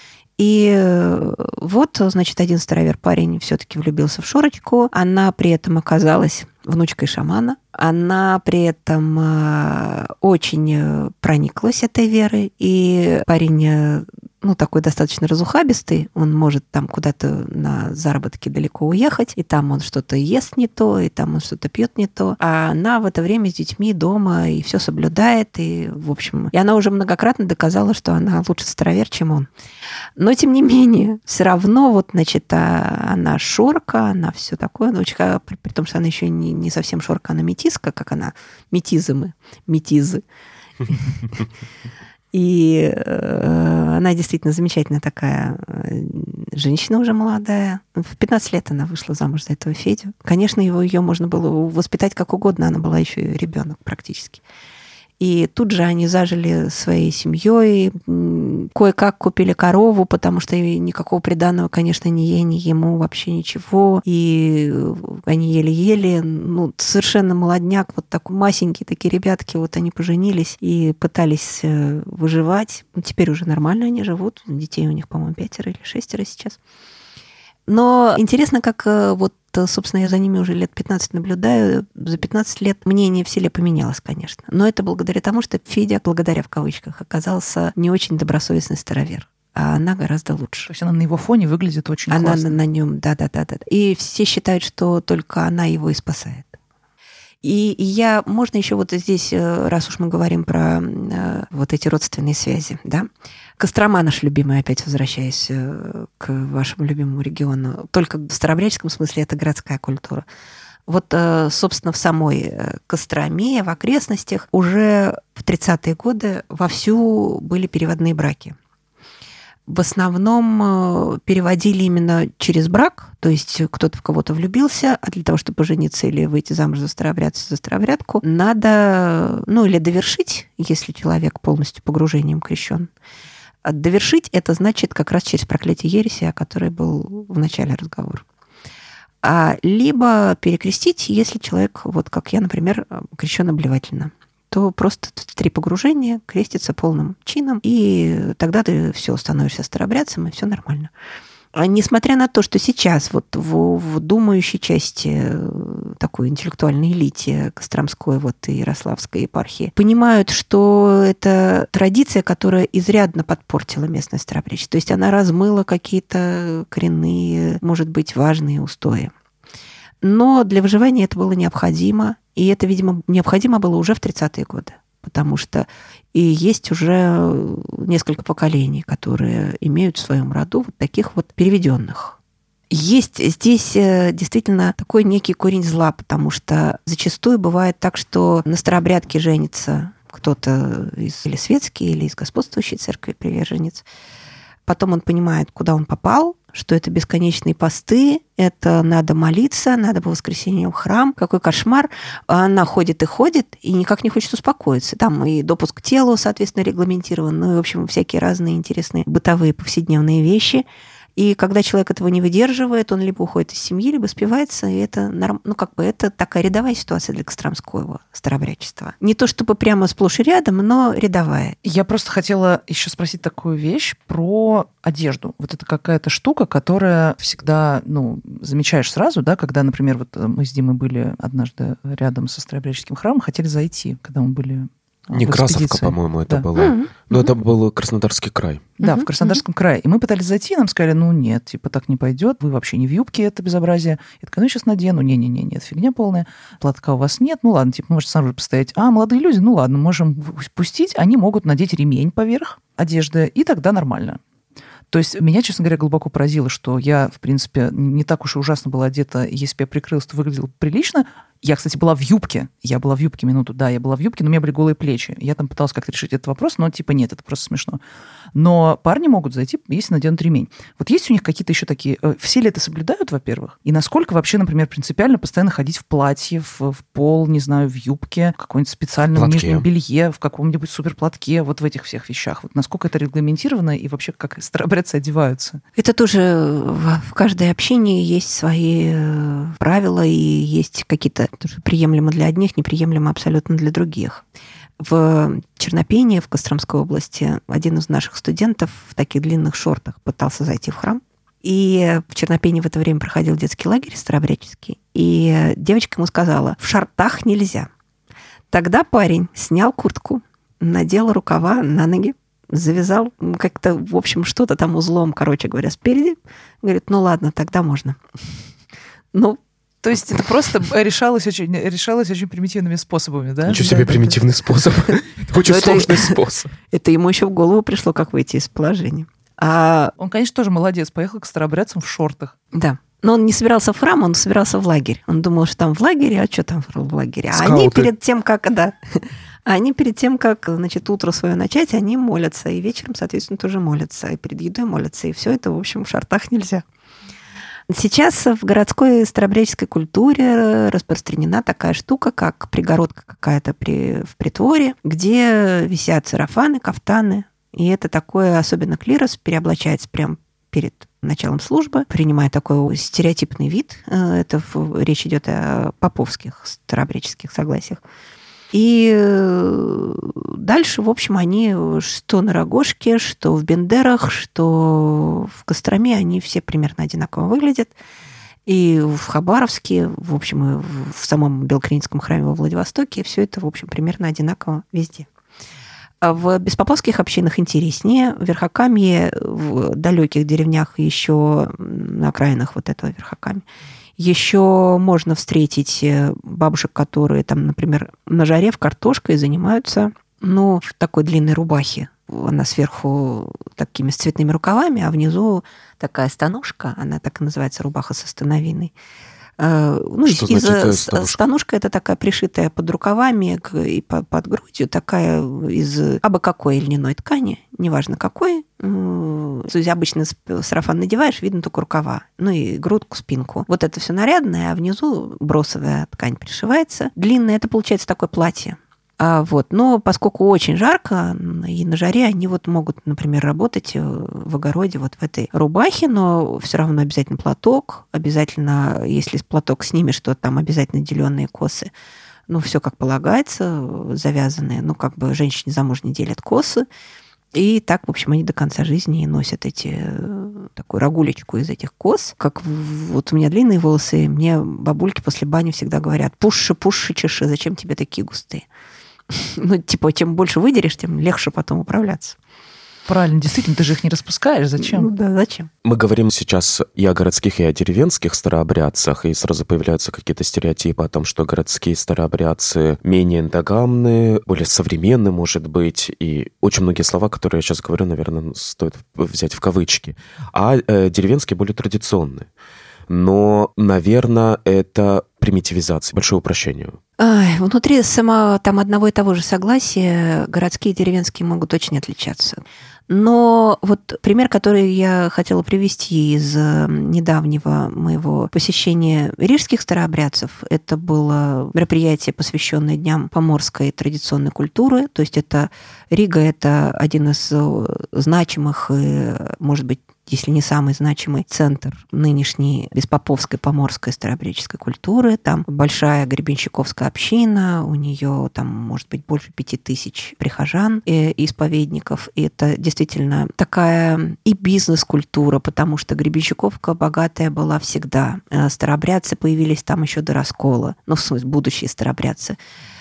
И вот, значит, один старовер парень все-таки влюбился в Шорочку. Она при этом оказалась внучкой шамана. Она при этом очень прониклась этой верой. И парень, ну, такой достаточно разухабистый. Он может там куда-то на заработки далеко уехать. И там он что-то ест не то, и там он что-то пьет не то. А она в это время с детьми дома и все соблюдает. И, в общем, и она уже многократно доказала, что она лучше старовер, чем он. Но, тем не менее, все равно, вот, значит, она шорка, она все такое, но очень, при, при том, что она еще не, не совсем шорка, она метиска, как она, метизы, метизы. И она действительно замечательная такая женщина уже молодая. В пятнадцать лет она вышла замуж за этого Федю. Конечно, его, ее можно было воспитать как угодно, она была еще и ребенок практически. И тут же они зажили своей семьей, кое-как купили корову, потому что никакого приданого, конечно, ни ей, ни ему вообще ничего. И они еле-еле, ну, совершенно молодняк, вот такой масенькие такие ребятки, вот они поженились и пытались выживать. Теперь уже нормально они живут, детей у них, по-моему, пятеро или шестеро сейчас. Но интересно, как вот, собственно, я за ними уже лет пятнадцать наблюдаю. За пятнадцать лет мнение в селе поменялось, конечно. Но это благодаря тому, что Федя, благодаря в кавычках, оказался не очень добросовестный старовер. а она гораздо лучше. То есть она на его фоне выглядит очень она классно. Она на, на нем, да-да-да. И все считают, что только она его и спасает. И, и я, можно еще вот здесь, раз уж мы говорим про э, вот эти родственные связи, да, Кострома наш любимый, опять возвращаясь э, к вашему любимому региону, только в старообрядческом смысле это городская культура. Вот, э, собственно, в самой Костроме, в окрестностях уже в тридцатые годы вовсю были переводные браки. В основном переводили именно через брак, то есть кто-то в кого-то влюбился, а для того, чтобы пожениться или выйти замуж за старообрядца, за старообрядку, надо, ну, или довершить, если человек полностью погружением крещен. А довершить это значит как раз через проклятие ереси, о которой был в начале разговор. А либо перекрестить, если человек, вот как я, например, крещен обливательно, то просто три погружения, крестится полным чином, и тогда ты все становишься старообрядцем, и все нормально. А несмотря на то, что сейчас вот в, в думающей части такой интеллектуальной элите Костромской вот, и Ярославской епархии понимают, что это традиция, которая изрядно подпортила местное старообрядчество. То есть она размыла какие-то коренные, может быть, важные устои. Но для выживания это было необходимо, и это, видимо, необходимо было уже в тридцатые годы, потому что и есть уже несколько поколений, которые имеют в своем роду вот таких вот переведенных. Есть здесь действительно такой некий корень зла, потому что зачастую бывает так, что на старообрядке женится кто-то из или светский, или из господствующей церкви приверженец. Потом он понимает, куда он попал, что это бесконечные посты, это надо молиться, надо по воскресеньям в храм. Какой кошмар. Она ходит и ходит, и никак не хочет успокоиться. Там и допуск к телу, соответственно, регламентирован, ну и, в общем, всякие разные интересные бытовые повседневные вещи. И когда человек этого не выдерживает, он либо уходит из семьи, либо спивается, и это, норм... ну, как бы это такая рядовая ситуация для костромского старообрядчества. Не то чтобы прямо сплошь и рядом, но рядовая. Я просто хотела еще спросить такую вещь про одежду. Вот это какая-то штука, которая всегда, ну, замечаешь сразу, да, когда, например, вот мы с Димой были однажды рядом со старообрядческим храмом, хотели зайти, когда мы были... Некрасовка, по-моему, это да. была. Mm-hmm. Но mm-hmm. это был Краснодарский край. Да, mm-hmm. в Краснодарском mm-hmm. крае. И мы пытались зайти, нам сказали, ну нет, типа так не пойдет, вы вообще не в юбке, это безобразие. Я такая, ну сейчас надену, не-не-не, нет, фигня полная. Платка у вас нет, ну ладно, типа, можете снаружи постоять. А, молодые люди, ну ладно, можем пустить, они могут надеть ремень поверх одежды, и тогда нормально. То есть меня, честно говоря, глубоко поразило, что я, в принципе, не так уж и ужасно была одета, если бы я прикрылась, то выглядела прилично. Я, кстати, была в юбке. Я была в юбке минуту, да, я была в юбке, но у меня были голые плечи. Я там пыталась как-то решить этот вопрос, но типа нет, это просто смешно. Но парни могут зайти, если наденут ремень. Вот есть у них какие-то еще такие... Все ли это соблюдают, во-первых? И насколько вообще, например, принципиально постоянно ходить в платье, в, в пол, не знаю, в юбке, в каком-нибудь специальном нижнем белье, в каком-нибудь суперплатке, вот в этих всех вещах? Вот насколько это регламентировано и вообще как старообрядцы одеваются? Это тоже в каждой общине есть свои правила и есть какие-то приемлемо для одних, неприемлемо абсолютно для других. В Чернопении, в Костромской области, один из наших студентов в таких длинных шортах пытался зайти в храм. И в Чернопении в это время проходил детский лагерь старообрядческий. И девочка ему сказала, в шортах нельзя. Тогда парень снял куртку, надел рукава на ноги, завязал как-то, в общем, что-то там узлом, короче говоря, спереди. Говорит, ну ладно, тогда можно. Ну, то есть это просто решалось очень, решалось очень примитивными способами, да? Ничего себе, да, примитивный да, способ. Это очень сложный способ. Это ему еще в голову пришло, как выйти из положения. А... Он, конечно, тоже молодец, поехал к старообрядцам в шортах. Да. Но он не собирался в храм, он собирался в лагерь. Он думал, что там в лагере, а что там в лагере? А они перед тем, как, да, они перед тем, как, значит, утро свое начать, они молятся. И вечером, соответственно, тоже молятся. И перед едой молятся. И все это, в общем, в шортах нельзя. Сейчас в городской старообрядческой культуре распространена такая штука, как пригородка какая-то при, в притворе, где висят сарафаны, кафтаны. И это такое, особенно клирос, переоблачается прямо перед началом службы, принимая такой стереотипный вид. Это речь идет о поповских старообрядческих согласиях. И дальше, в общем, они что на Рогожке, что в Бендерах, что в Костроме, они все примерно одинаково выглядят. И в Хабаровске, в общем, и в самом Белокриническом храме во Владивостоке, все это, в общем, примерно одинаково везде. В беспоповских общинах интереснее. В Верхокамье, в далеких деревнях еще на окраинах вот этого Верхокамья, еще можно встретить бабушек, которые там, например, на жаре в картошкой занимаются, ну, в такой длинной рубахе. Она сверху такими с цветными рукавами, а внизу такая станушка, она так и называется, рубаха со становиной. Ну, Что из, значит из, станушка? Станушка это такая пришитая под рукавами и под, под грудью, такая из абы какой льняной ткани, неважно какой. Обычно сарафан надеваешь, видно только рукава, ну и грудку, спинку. Вот это все нарядное, а внизу бросовая ткань пришивается. Длинная, это получается такое платье. А вот, но поскольку очень жарко, и на жаре они вот могут, например, работать в огороде вот в этой рубахе, но все равно обязательно платок, обязательно, если платок снимешь, то там обязательно деленные косы. Ну, все как полагается, завязанные. Ну, как бы женщины замужние делят косы. И так, в общем, они до конца жизни носят эти, такую рагулечку из этих кос. Как вот у меня длинные волосы, мне бабульки после бани всегда говорят: пуши, пуши, чеши, зачем тебе такие густые? Ну, типа, чем больше выдерешь, тем легче потом управляться. Правильно, действительно, ты же их не распускаешь, зачем? Ну да, зачем? Мы говорим сейчас и о городских, и о деревенских старообрядцах, и сразу появляются какие-то стереотипы о том, что городские старообрядцы менее эндогамные, более современные, может быть, и очень многие слова, которые я сейчас говорю, наверное, стоит взять в кавычки, а э, деревенские более традиционные. Но, наверное, это примитивизация, большое упрощение. Ай, внутри самого там одного и того же согласия городские и деревенские могут очень отличаться. Но вот пример, который я хотела привести из недавнего моего посещения рижских старообрядцев, это было мероприятие, посвященное Дням поморской традиционной культуры. То есть это Рига – это один из значимых и, может быть, если не самый значимый центр нынешней беспоповской поморской старообрядческой культуры. Там большая гребенщиковская община, у нее там может быть больше пяти тысяч прихожан и исповедников. И это действительно такая и бизнес-культура, потому что гребенщиковка богатая была всегда. Старообрядцы появились там еще до раскола, ну, в смысле, будущие старообрядцы.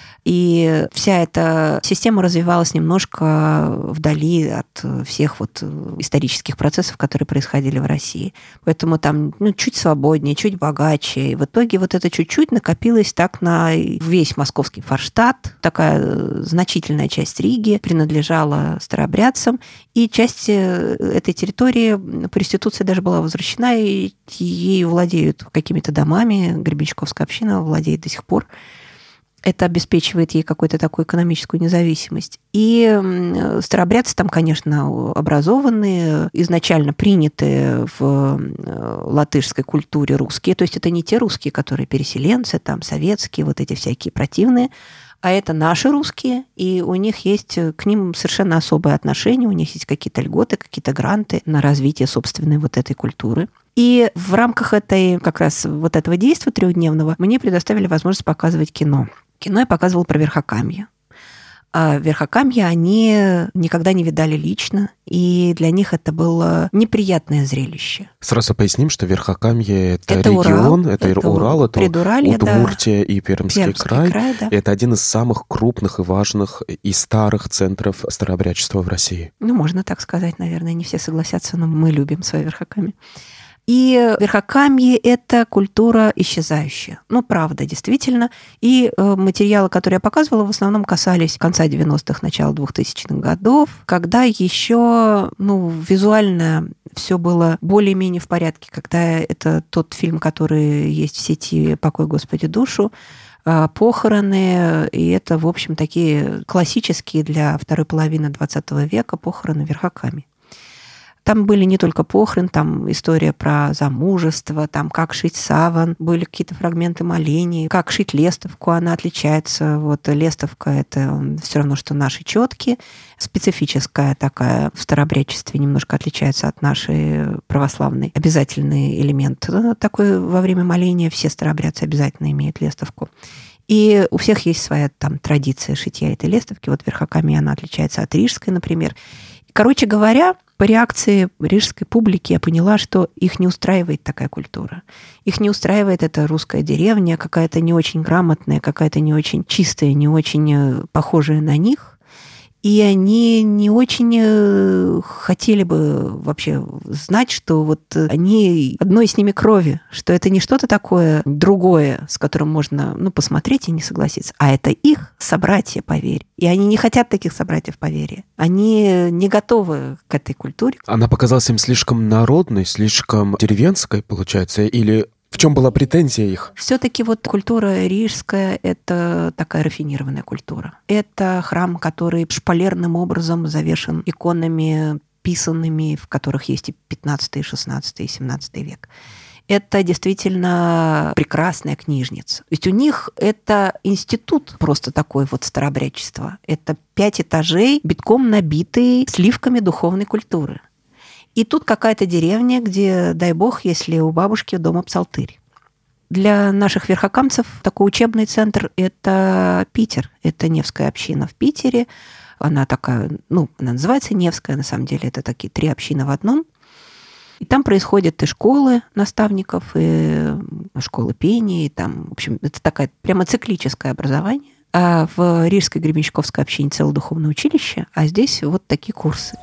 И вся эта система развивалась немножко вдали от всех вот исторических процессов, которые происходили в России. Поэтому там ну, чуть свободнее, чуть богаче. И в итоге вот это чуть-чуть накопилось так на весь московский Форштадт. Такая значительная часть Риги принадлежала старообрядцам. И часть этой территории по реституции даже была возвращена, и ею владеют какими-то домами. Гребенщиковская община владеет до сих пор. Это обеспечивает ей какую-то такую экономическую независимость. И старообрядцы там, конечно, образованные, изначально принятые в латышской культуре русские. То есть это не те русские, которые переселенцы, там, советские, вот эти всякие противные, а это наши русские, и у них есть к ним совершенно особое отношение, у них есть какие-то льготы, какие-то гранты на развитие собственной вот этой культуры. И в рамках этой, как раз вот этого действия трехдневного мне предоставили возможность показывать кино. Кино я показывала про Верхокамье. А Верхокамье они никогда не видали лично, и для них это было неприятное зрелище. Сразу поясним, что Верхокамье – это, это регион, Урал, это, это Урал, это Удмуртия, да, и Пермский, Пермский край. край да. Это один из самых крупных и важных и старых центров старообрядчества в России. Ну, можно так сказать, наверное, не все согласятся, но мы любим свое Верхокамье. И Верхокамье – это культура исчезающая. Ну, правда, действительно. И материалы, которые я показывала, в основном касались конца девяностых, начала двухтысячных годов, когда еще ну, визуально все было более-менее в порядке, когда это тот фильм, который есть в сети «Покой Господи душу», похороны, и это, в общем, такие классические для второй половины двадцатого века похороны Верхокамья. Там были не только похороны, там история про замужество, там как шить саван, были какие-то фрагменты молений, как шить лестовку, она отличается. Вот лестовка – это все равно, что наши четки, специфическая такая в старообрядчестве, немножко отличается от нашей православной. Обязательный элемент такой во время моления, все старообрядцы обязательно имеют лестовку. И у всех есть своя там традиция шитья этой лестовки. Вот Верхокамье, она отличается от рижской, например. Короче говоря, по реакции рижской публики я поняла, что их не устраивает такая культура. Их не устраивает эта русская деревня, какая-то не очень грамотная, какая-то не очень чистая, не очень похожая на них. И они не очень хотели бы вообще знать, что вот они одной с ними крови, что это не что-то такое другое, с которым можно, ну, посмотреть и не согласиться, а это их собратья по вере. И они не хотят таких собратьев по вере. Они не готовы к этой культуре. Она показалась им слишком народной, слишком деревенской, получается, или... В чем была претензия их? Все-таки вот культура рижская – это такая рафинированная культура. Это храм, который шпалерным образом завешен иконами, писанными, в которых есть и пятнадцатый, и шестнадцатый, и семнадцатый век. Это действительно прекрасная книжница. То есть у них это институт просто такой вот старообрядчества. Это пять этажей, битком набитые сливками духовной культуры. И тут какая-то деревня, где, дай бог, если у бабушки дома псалтырь. Для наших верхокамцев такой учебный центр – это Питер. Это Невская община в Питере. Она такая, ну, она называется Невская, на самом деле это такие три общины в одном. И там происходят и школы наставников, и школы пения, и там, в общем, это такое прямо циклическое образование. А в Рижской гребенщиковской общине целое духовное училище, а здесь вот такие курсы.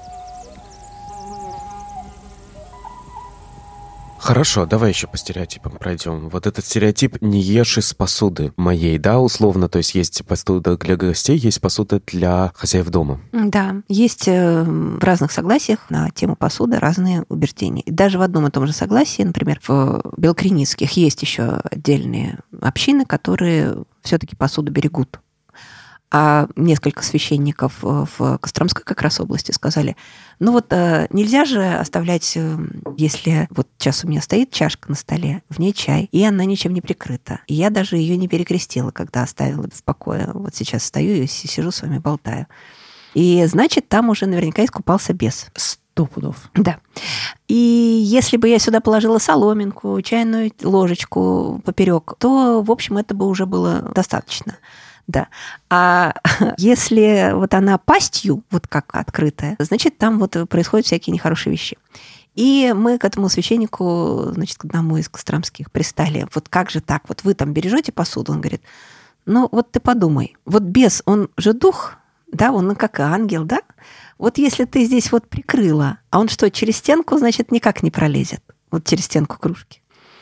Хорошо, давай еще по стереотипам пройдем. Вот этот стереотип «не ешь из посуды моей», да, условно, то есть есть посуда для гостей, есть посуда для хозяев дома. Да, есть в разных согласиях на тему посуды разные убеждения. И даже в одном и том же согласии, например, в Белокреницких есть еще отдельные общины, которые все-таки посуду берегут. А несколько священников в Костромской как раз области сказали, ну вот нельзя же оставлять, если вот сейчас у меня стоит чашка на столе, в ней чай, и она ничем не прикрыта. И я даже ее не перекрестила, когда оставила в покое. Вот сейчас стою и сижу с вами болтаю. И значит, там уже наверняка искупался бес. Сто пудов. Да. И если бы я сюда положила соломинку, чайную ложечку поперек, то, в общем, это бы уже было достаточно. Да. А если вот она пастью, вот как открытая, значит, там вот происходят всякие нехорошие вещи. И мы к этому священнику, значит, к одному из костромских пристали. Вот как же так? Вот вы там бережете посуду? Он говорит, ну вот ты подумай, вот бес, он же дух, да, он как ангел, да? Вот если ты здесь вот прикрыла, а он что, через стенку, значит, никак не пролезет? Вот через стенку кружки.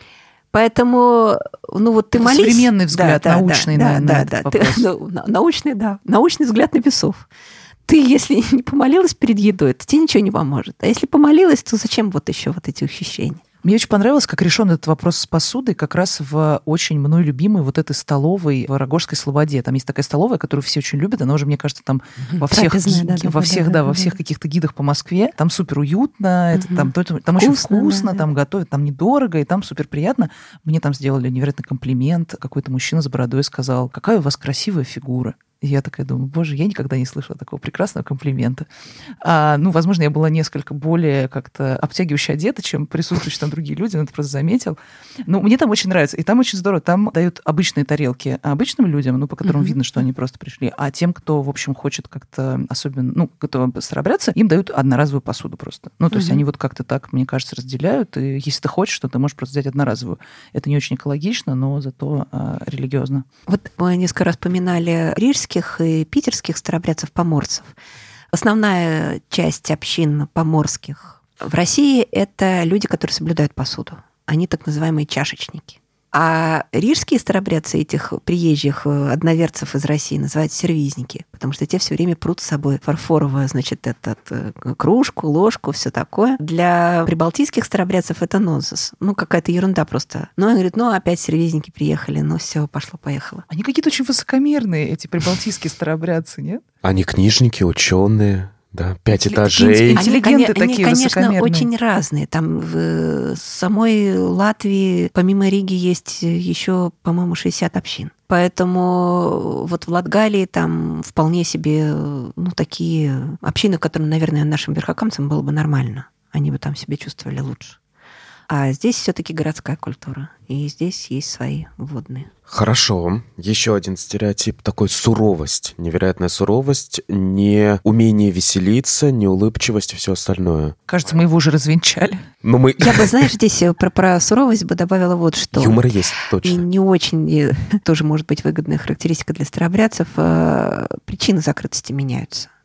Поэтому, ну вот ты это молись... современный взгляд, да, научный, да, на, да, на да, этот да. вопрос. Ты, ну, научный, да. Научный взгляд на бесов. Ты, если не помолилась перед едой, то тебе ничего не поможет. А если помолилась, то зачем вот еще вот эти ухищрения? Мне очень понравилось, как решен этот вопрос с посудой как раз в очень мной любимой вот этой столовой в Рогожской Слободе. Там есть такая столовая, которую все очень любят. Она уже, мне кажется, там во всех, Трапезная, да, во да, всех, да, да, да, во да. всех каких-то гидах по Москве. Там супер уютно, это, Угу. там, там, там Вкусно, очень вкусно, да, там готовят, там недорого, и там супер приятно. Мне там сделали невероятный комплимент. Какой-то мужчина с бородой сказал, какая у вас красивая фигура. И я такая думаю, боже, я никогда не слышала такого прекрасного комплимента. А, ну, возможно, я была несколько более как-то обтягивающе одета, чем присутствующие там другие люди, но это просто заметил. Но мне там очень нравится. И там очень здорово. Там дают обычные тарелки обычным людям, ну, по которым mm-hmm. видно, что они просто пришли. А тем, кто, в общем, хочет как-то особенно, ну, кто старообрядцы, им дают одноразовую посуду просто. Ну, то mm-hmm. есть они вот как-то так, мне кажется, разделяют. И если ты хочешь, то ты можешь просто взять одноразовую. Это не очень экологично, но зато а, религиозно. Вот мы несколько раз поминали рижских и питерских старообрядцев-поморцев. Основная часть общин поморских в России – это люди, которые соблюдают посуду. Они так называемые чашечники. А рижские старообрядцы этих приезжих одноверцев из России называют сервизники, потому что те все время прут с собой фарфоровую, значит, этот, кружку, ложку, все такое. Для прибалтийских старообрядцев это нонсенс. Ну, какая-то ерунда просто. Ну, он говорит, ну, опять сервизники приехали, ну, все, пошло-поехало. Они какие-то очень высокомерные, эти прибалтийские старообрядцы, нет? Они книжники, ученые. Да, пять этажей. Интеллигенты они, такие они, конечно, высокомерные. очень разные. Там в самой Латвии, помимо Риги, есть еще, по-моему, шестьдесят общин. Поэтому вот в Латгалии там вполне себе, ну, такие общины, которым, наверное, нашим верхокамцам было бы нормально. Они бы там себя чувствовали лучше. А здесь все-таки городская культура, и здесь есть свои водные. Хорошо. Еще один стереотип, такой суровость, невероятная суровость, не умение веселиться, не улыбчивость и все остальное. Кажется, мы его уже развенчали. Но мы... Я бы, знаешь, здесь про, про суровость бы добавила вот что. Юмор есть, точно. И не очень, и тоже может быть выгодная характеристика для старообрядцев. Причины закрытости меняются.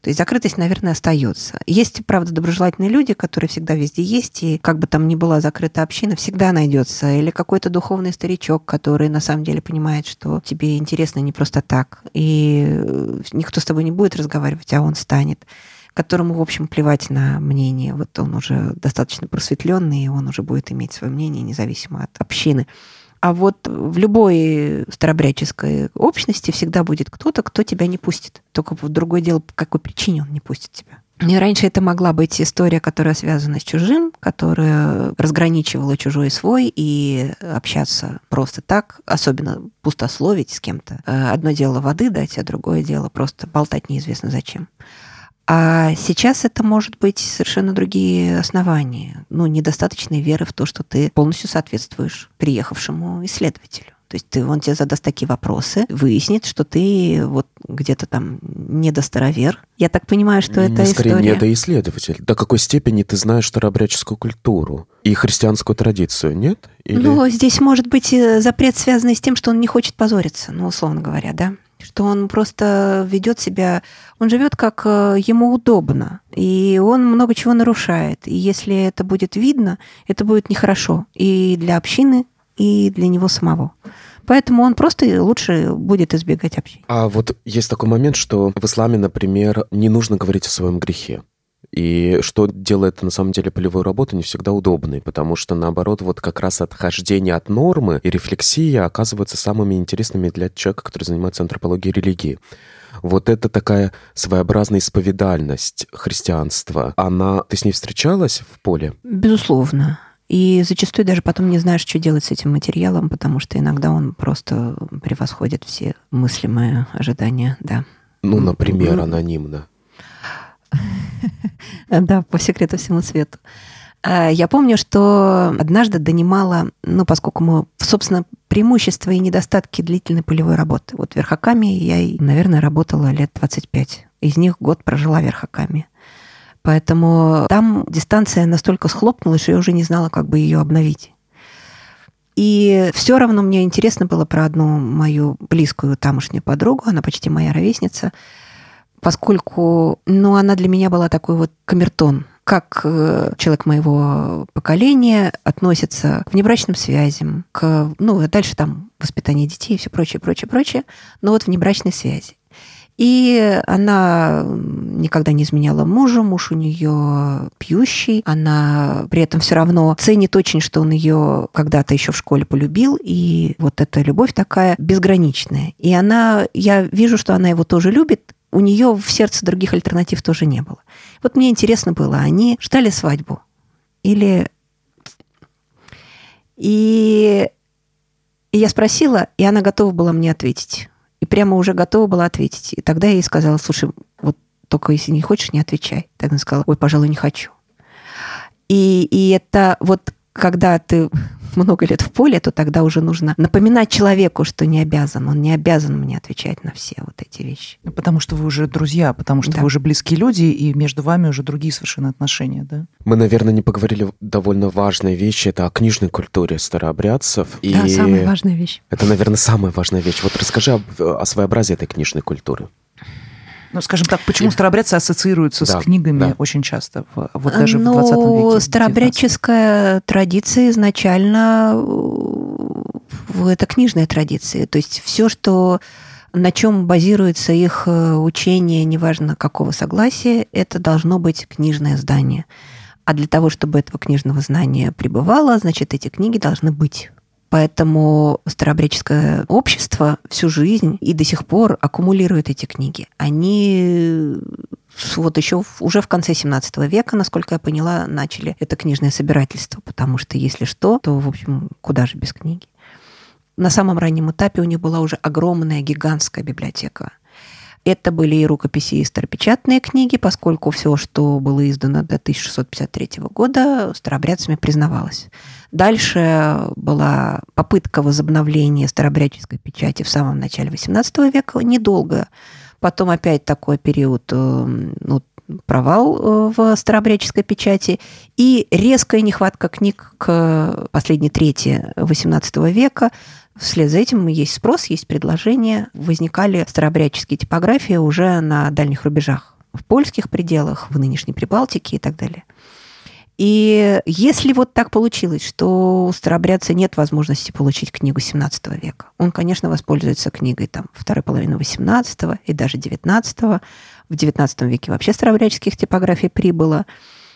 То есть закрытость, наверное, остается. Есть, правда, доброжелательные люди, которые всегда везде есть, и как бы там ни была закрыта община, всегда найдется. Или какой-то духовный старичок, который на самом деле понимает, что тебе интересно не просто так, и никто с тобой не будет разговаривать, а он станет, которому, в общем, плевать на мнение. Вот он уже достаточно просветленный, и он уже будет иметь свое мнение, независимо от общины. А вот в любой старообрядческой общности всегда будет кто-то, кто тебя не пустит. Только в другое дело, по какой причине он не пустит тебя. И раньше это могла быть история, которая связана с чужим, которая разграничивала чужой и свой, и общаться просто так, особенно пустословить с кем-то. Одно дело воды дать, а другое дело просто болтать неизвестно зачем. А сейчас это может быть совершенно другие основания. Ну, недостаточной веры в то, что ты полностью соответствуешь приехавшему исследователю. То есть ты, он тебе задаст такие вопросы, выяснит, что ты вот где-то там недостаровер. Я так понимаю, что это не, скорее, история... недоисследователь. До какой степени ты знаешь старообрядческую культуру и христианскую традицию, нет? Или... Ну, здесь может быть запрет, связанный с тем, что он не хочет позориться, ну, условно говоря, да? Что он просто ведет себя, он живет как ему удобно, и он много чего нарушает. И если это будет видно, это будет нехорошо и для общины, и для него самого. Поэтому он просто лучше будет избегать общения. А вот есть такой момент, что в исламе, например, не нужно говорить о своем грехе. И что делает, на самом деле, полевую работу не всегда удобной, потому что, наоборот, вот как раз отхождение от нормы и рефлексия оказываются самыми интересными для человека, который занимается антропологией религии. Вот это такая своеобразная исповедальность христианства. Она... Ты с ней встречалась в поле? Безусловно. И зачастую даже потом не знаешь, что делать с этим материалом, потому что иногда он просто превосходит все мыслимые ожидания, да. Ну, например, анонимно. Да, по секрету всему свету. Я помню, что однажды донимала, ну, поскольку мы, собственно, преимущества и недостатки длительной полевой работы. Вот в Верхокаме я, наверное, работала лет двадцать пять. Из них год прожила в Верхокаме. Поэтому там дистанция настолько схлопнулась, что я уже не знала, как бы ее обновить. И все равно мне интересно было про одну мою близкую тамошнюю подругу, она почти моя ровесница, поскольку, ну, она для меня была такой вот камертон, как человек моего поколения относится к внебрачным связям, к, ну, дальше там воспитание детей и все прочее, прочее, прочее, но вот внебрачной связи. И она никогда не изменяла мужу, муж у нее пьющий, она при этом все равно ценит очень, что он ее когда-то еще в школе полюбил, и вот эта любовь такая безграничная. И она, я вижу, что она его тоже любит, у нее в сердце других альтернатив тоже не было. Вот мне интересно было, они ждали свадьбу или... И, и я спросила, и она готова была мне ответить. И прямо уже готова была ответить. И тогда я ей сказала: слушай, вот только если не хочешь, не отвечай. Тогда она сказала: ой, пожалуй, не хочу. И, и это вот когда ты много лет в поле, то тогда уже нужно напоминать человеку, что не обязан. Он не обязан мне отвечать на все вот эти вещи. Потому что вы уже друзья, потому что да. вы уже близкие люди, и между вами уже другие совершенно отношения, да? Мы, наверное, не поговорили довольно важной вещи. Это о книжной культуре старообрядцев. Да, и самая важная вещь. Это, наверное, самая важная вещь. Вот расскажи об, о своеобразии этой книжной культуры. Ну, скажем так, почему старообрядцы ассоциируются да, с книгами да. очень часто, вот даже ну, в двадцатом веке? Старообрядческая традиция изначально это книжная традиция. То есть все, что, на чем базируется их учение, неважно какого согласия, это должно быть книжное издание. А для того, чтобы этого книжного знания пребывало, значит, эти книги должны быть. Поэтому старообрядческое общество всю жизнь и до сих пор аккумулирует эти книги. Они вот еще уже в конце семнадцатого века, насколько я поняла, начали это книжное собирательство, потому что если что, то, в общем, куда же без книги. На самом раннем этапе у них была уже огромная, гигантская библиотека. Это были и рукописи, и старопечатные книги, поскольку все, что было издано до тысяча шестьсот пятьдесят третьего года, старообрядцами признавалось. Дальше была попытка возобновления старообрядческой печати в самом начале восемнадцатого века, недолго. Потом опять такой период, ну, провал в старообрядческой печати и резкая нехватка книг к последней трети восемнадцатого века. Вслед за этим есть спрос, есть предложение. Возникали старообрядческие типографии уже на дальних рубежах. в польских пределах, в нынешней Прибалтике и так далее. И если вот так получилось, что у старообрядца нет возможности получить книгу семнадцатого века, он, конечно, воспользуется книгой там, второй половины восемнадцатого и даже девятнадцатого. В девятнадцатом веке вообще старообрядческих типографий прибыло.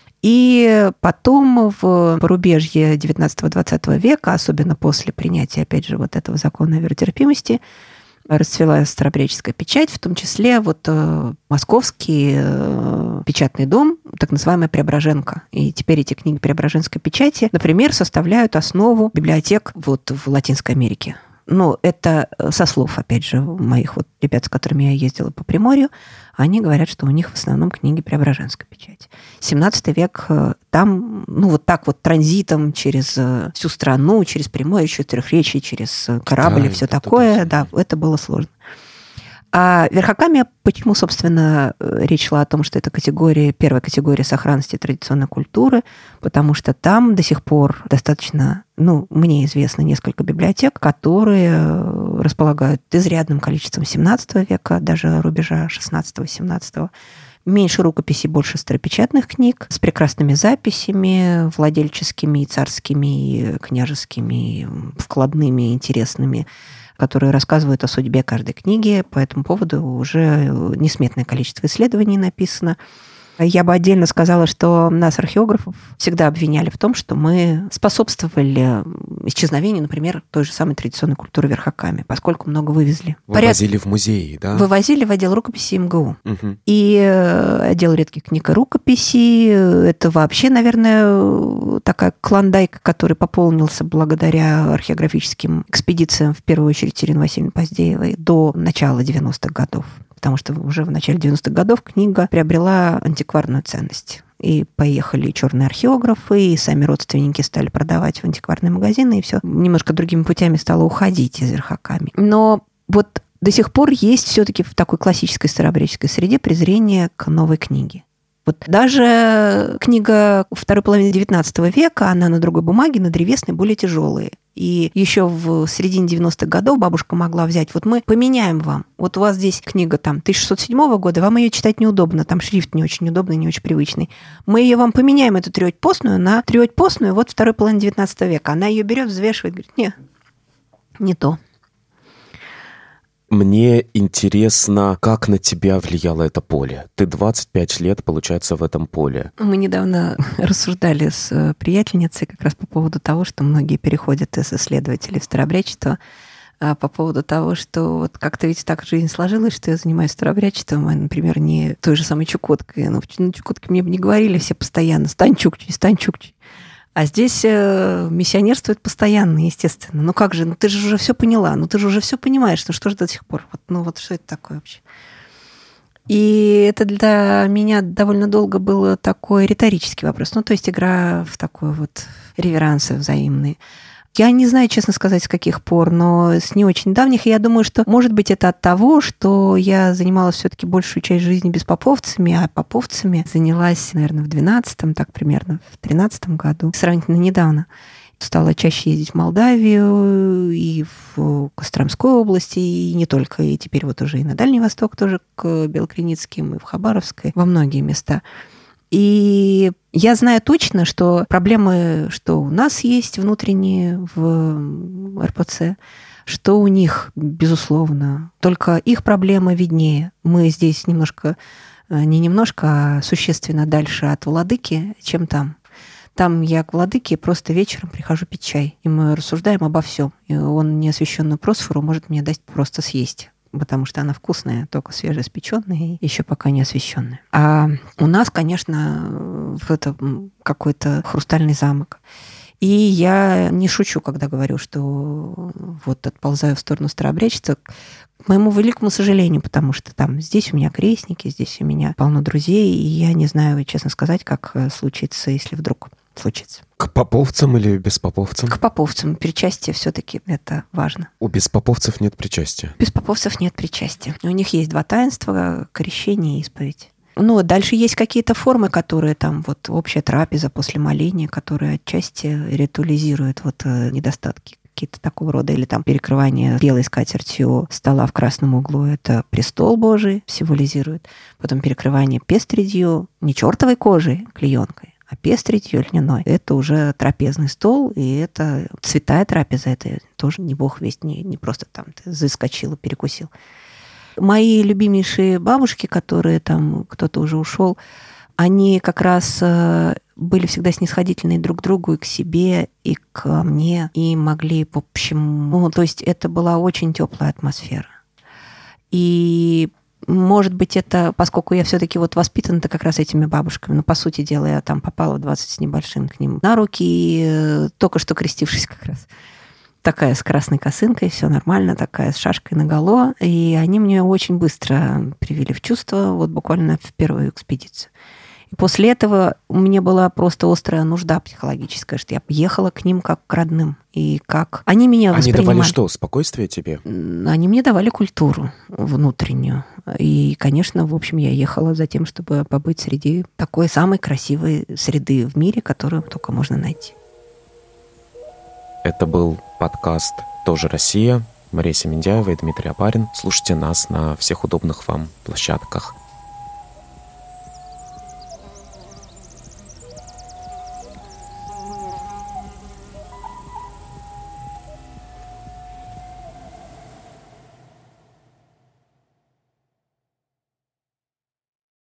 И потом в порубежье девятнадцатого-двадцатого века, особенно после принятия, опять же, вот этого закона о веротерпимости, расцвела старообрядческая печать, в том числе вот э, московский э, печатный дом, так называемая Преображенка. И теперь эти книги Преображенской печати, например, составляют основу библиотек вот в Латинской Америке. Ну, это со слов, опять же, моих вот ребят, с которыми я ездила по Приморью, они говорят, что у них в основном книги Преображенской печати. семнадцатый век там, ну, вот так вот транзитом через всю страну, через Приморье, через Трехречье, через корабль и все такое, да, это было сложно. А верхокамье, почему, собственно, речь шла о том, что это категория, первая категория сохранности традиционной культуры, потому что там до сих пор достаточно, ну, мне известно несколько библиотек, которые располагают изрядным количеством семнадцатого века, даже рубежа шестнадцатого-семнадцатого. Меньше рукописей, больше старопечатных книг с прекрасными записями, владельческими, и царскими, и княжескими, и вкладными, интересными, которые рассказывают о судьбе каждой книги. По этому поводу уже несметное количество исследований написано. Я бы отдельно сказала, что нас, археографов, всегда обвиняли в том, что мы способствовали исчезновению, например, той же самой традиционной культуры верхокамья, поскольку много вывезли. Вывозили Поряд... в музеи, да? Вывозили в отдел рукописи МГУ. Угу. И отдел редких книг и рукописей, это вообще, наверное, такая клондайка, который пополнился благодаря археографическим экспедициям, в первую очередь, Ирины Васильевны Поздеевой, до начала девяностых годов. Потому что уже в начале девяностых годов книга приобрела антикварную ценность. И поехали черные археографы, и сами родственники стали продавать в антикварные магазины, и все немножко другими путями стало уходить из верхокамья. Но вот до сих пор есть все-таки в такой классической старообрядческой среде презрение к новой книге. Вот даже книга второй половины девятнадцатого века, она на другой бумаге, на древесной, более тяжелые. И еще в середине девяностых годов бабушка могла взять, вот мы поменяем вам. Вот у вас здесь книга там тысяча шестьсот седьмого года, вам ее читать неудобно, там шрифт не очень удобный, не очень привычный. Мы ее вам поменяем, эту третьпостную, на третьпостную вот второй половины девятнадцатого века. Она ее берет, взвешивает, говорит, не, не то. Мне интересно, как на тебя влияло это поле. Ты двадцать пять лет, получается, в этом поле. Мы недавно рассуждали с приятельницей как раз по поводу того, что многие переходят из исследователей в старообрядчество, по поводу того, что вот как-то ведь так жизнь сложилась, что я занимаюсь старообрядчеством, а, например, не той же самой Чукоткой. Но на Чукотке мне бы не говорили все постоянно «стань чукчей, стань чукчей». А здесь э, миссионерствует постоянно, естественно. Ну как же, ну ты же уже все поняла, ну ты же уже все понимаешь, ну что же до сих пор? Вот, ну вот что это такое вообще? И это для меня довольно долго было такой риторический вопрос. Ну то есть игра в такой вот реверансы взаимные. Я не знаю, честно сказать, с каких пор, но с не очень давних. И я думаю, что, может быть, это от того, что я занималась все-таки большую часть жизни беспоповцами, а поповцами занялась, наверное, в двенадцатом, так примерно, в тринадцатом году, сравнительно недавно. Стала чаще ездить в Молдавию и в Костромской области, и не только, и теперь вот уже и на Дальний Восток тоже, к Белокреницким, и в Хабаровской, во многие места. И я знаю точно, что проблемы, что у нас есть внутренние в эр пэ цэ, что у них, безусловно. Только их проблема виднее. Мы здесь немножко, не немножко, а существенно дальше от владыки, чем там. Там я к владыке просто вечером прихожу пить чай, и мы рассуждаем обо всем. И он неосвещенную просфору может мне дать просто съесть, потому что она вкусная, только свежеиспеченная и еще пока не освещенная. А у нас, конечно, это какой-то хрустальный замок. И я не шучу, когда говорю, что вот отползаю в сторону старообрядчества, к моему великому сожалению, потому что там здесь у меня крестники, здесь у меня полно друзей, и я не знаю, честно сказать, как случится, если вдруг случится. К поповцам или беспоповцам? К поповцам. Причастие все-таки это важно. У беспоповцев нет причастия? У беспоповцев нет причастия. У них есть два таинства: крещение и исповедь. Ну, дальше есть какие-то формы, которые там, вот общая трапеза после моления, которая отчасти ритуализирует вот недостатки какие-то такого рода, или там перекрывание белой скатертью стола в красном углу, это престол Божий символизирует. Потом перекрывание пестридью, не чертовой кожей, клеенкой, а пестридью льняной. Это уже трапезный стол, и это святая трапеза, это тоже не бог весть, не, не просто там ты заскочил и перекусил. Мои любимейшие бабушки, которые там, кто-то уже ушел, они как раз были всегда снисходительны друг к другу и к себе, и к мне, и могли, в общем... Ну, то есть это была очень теплая атмосфера. И, может быть, это, поскольку я все-таки вот воспитана-то как раз этими бабушками, но, по сути дела, я там попала в двадцать с небольшим к ним на руки, только что крестившись как раз. Такая с красной косынкой, все нормально, такая с шашкой наголо. И они мне очень быстро привели в чувство, вот буквально в первую экспедицию. И после этого у меня была просто острая нужда психологическая, что я ехала к ним как к родным. И как они меня Они воспринимали. давали что, спокойствие тебе? Они мне давали культуру внутреннюю. И, конечно, в общем, я ехала за тем, чтобы побыть среди такой самой красивой среды в мире, которую только можно найти. Это был подкаст «Тоже Россия». Мария Семендяева и Дмитрий Опарин. Слушайте нас на всех удобных вам площадках.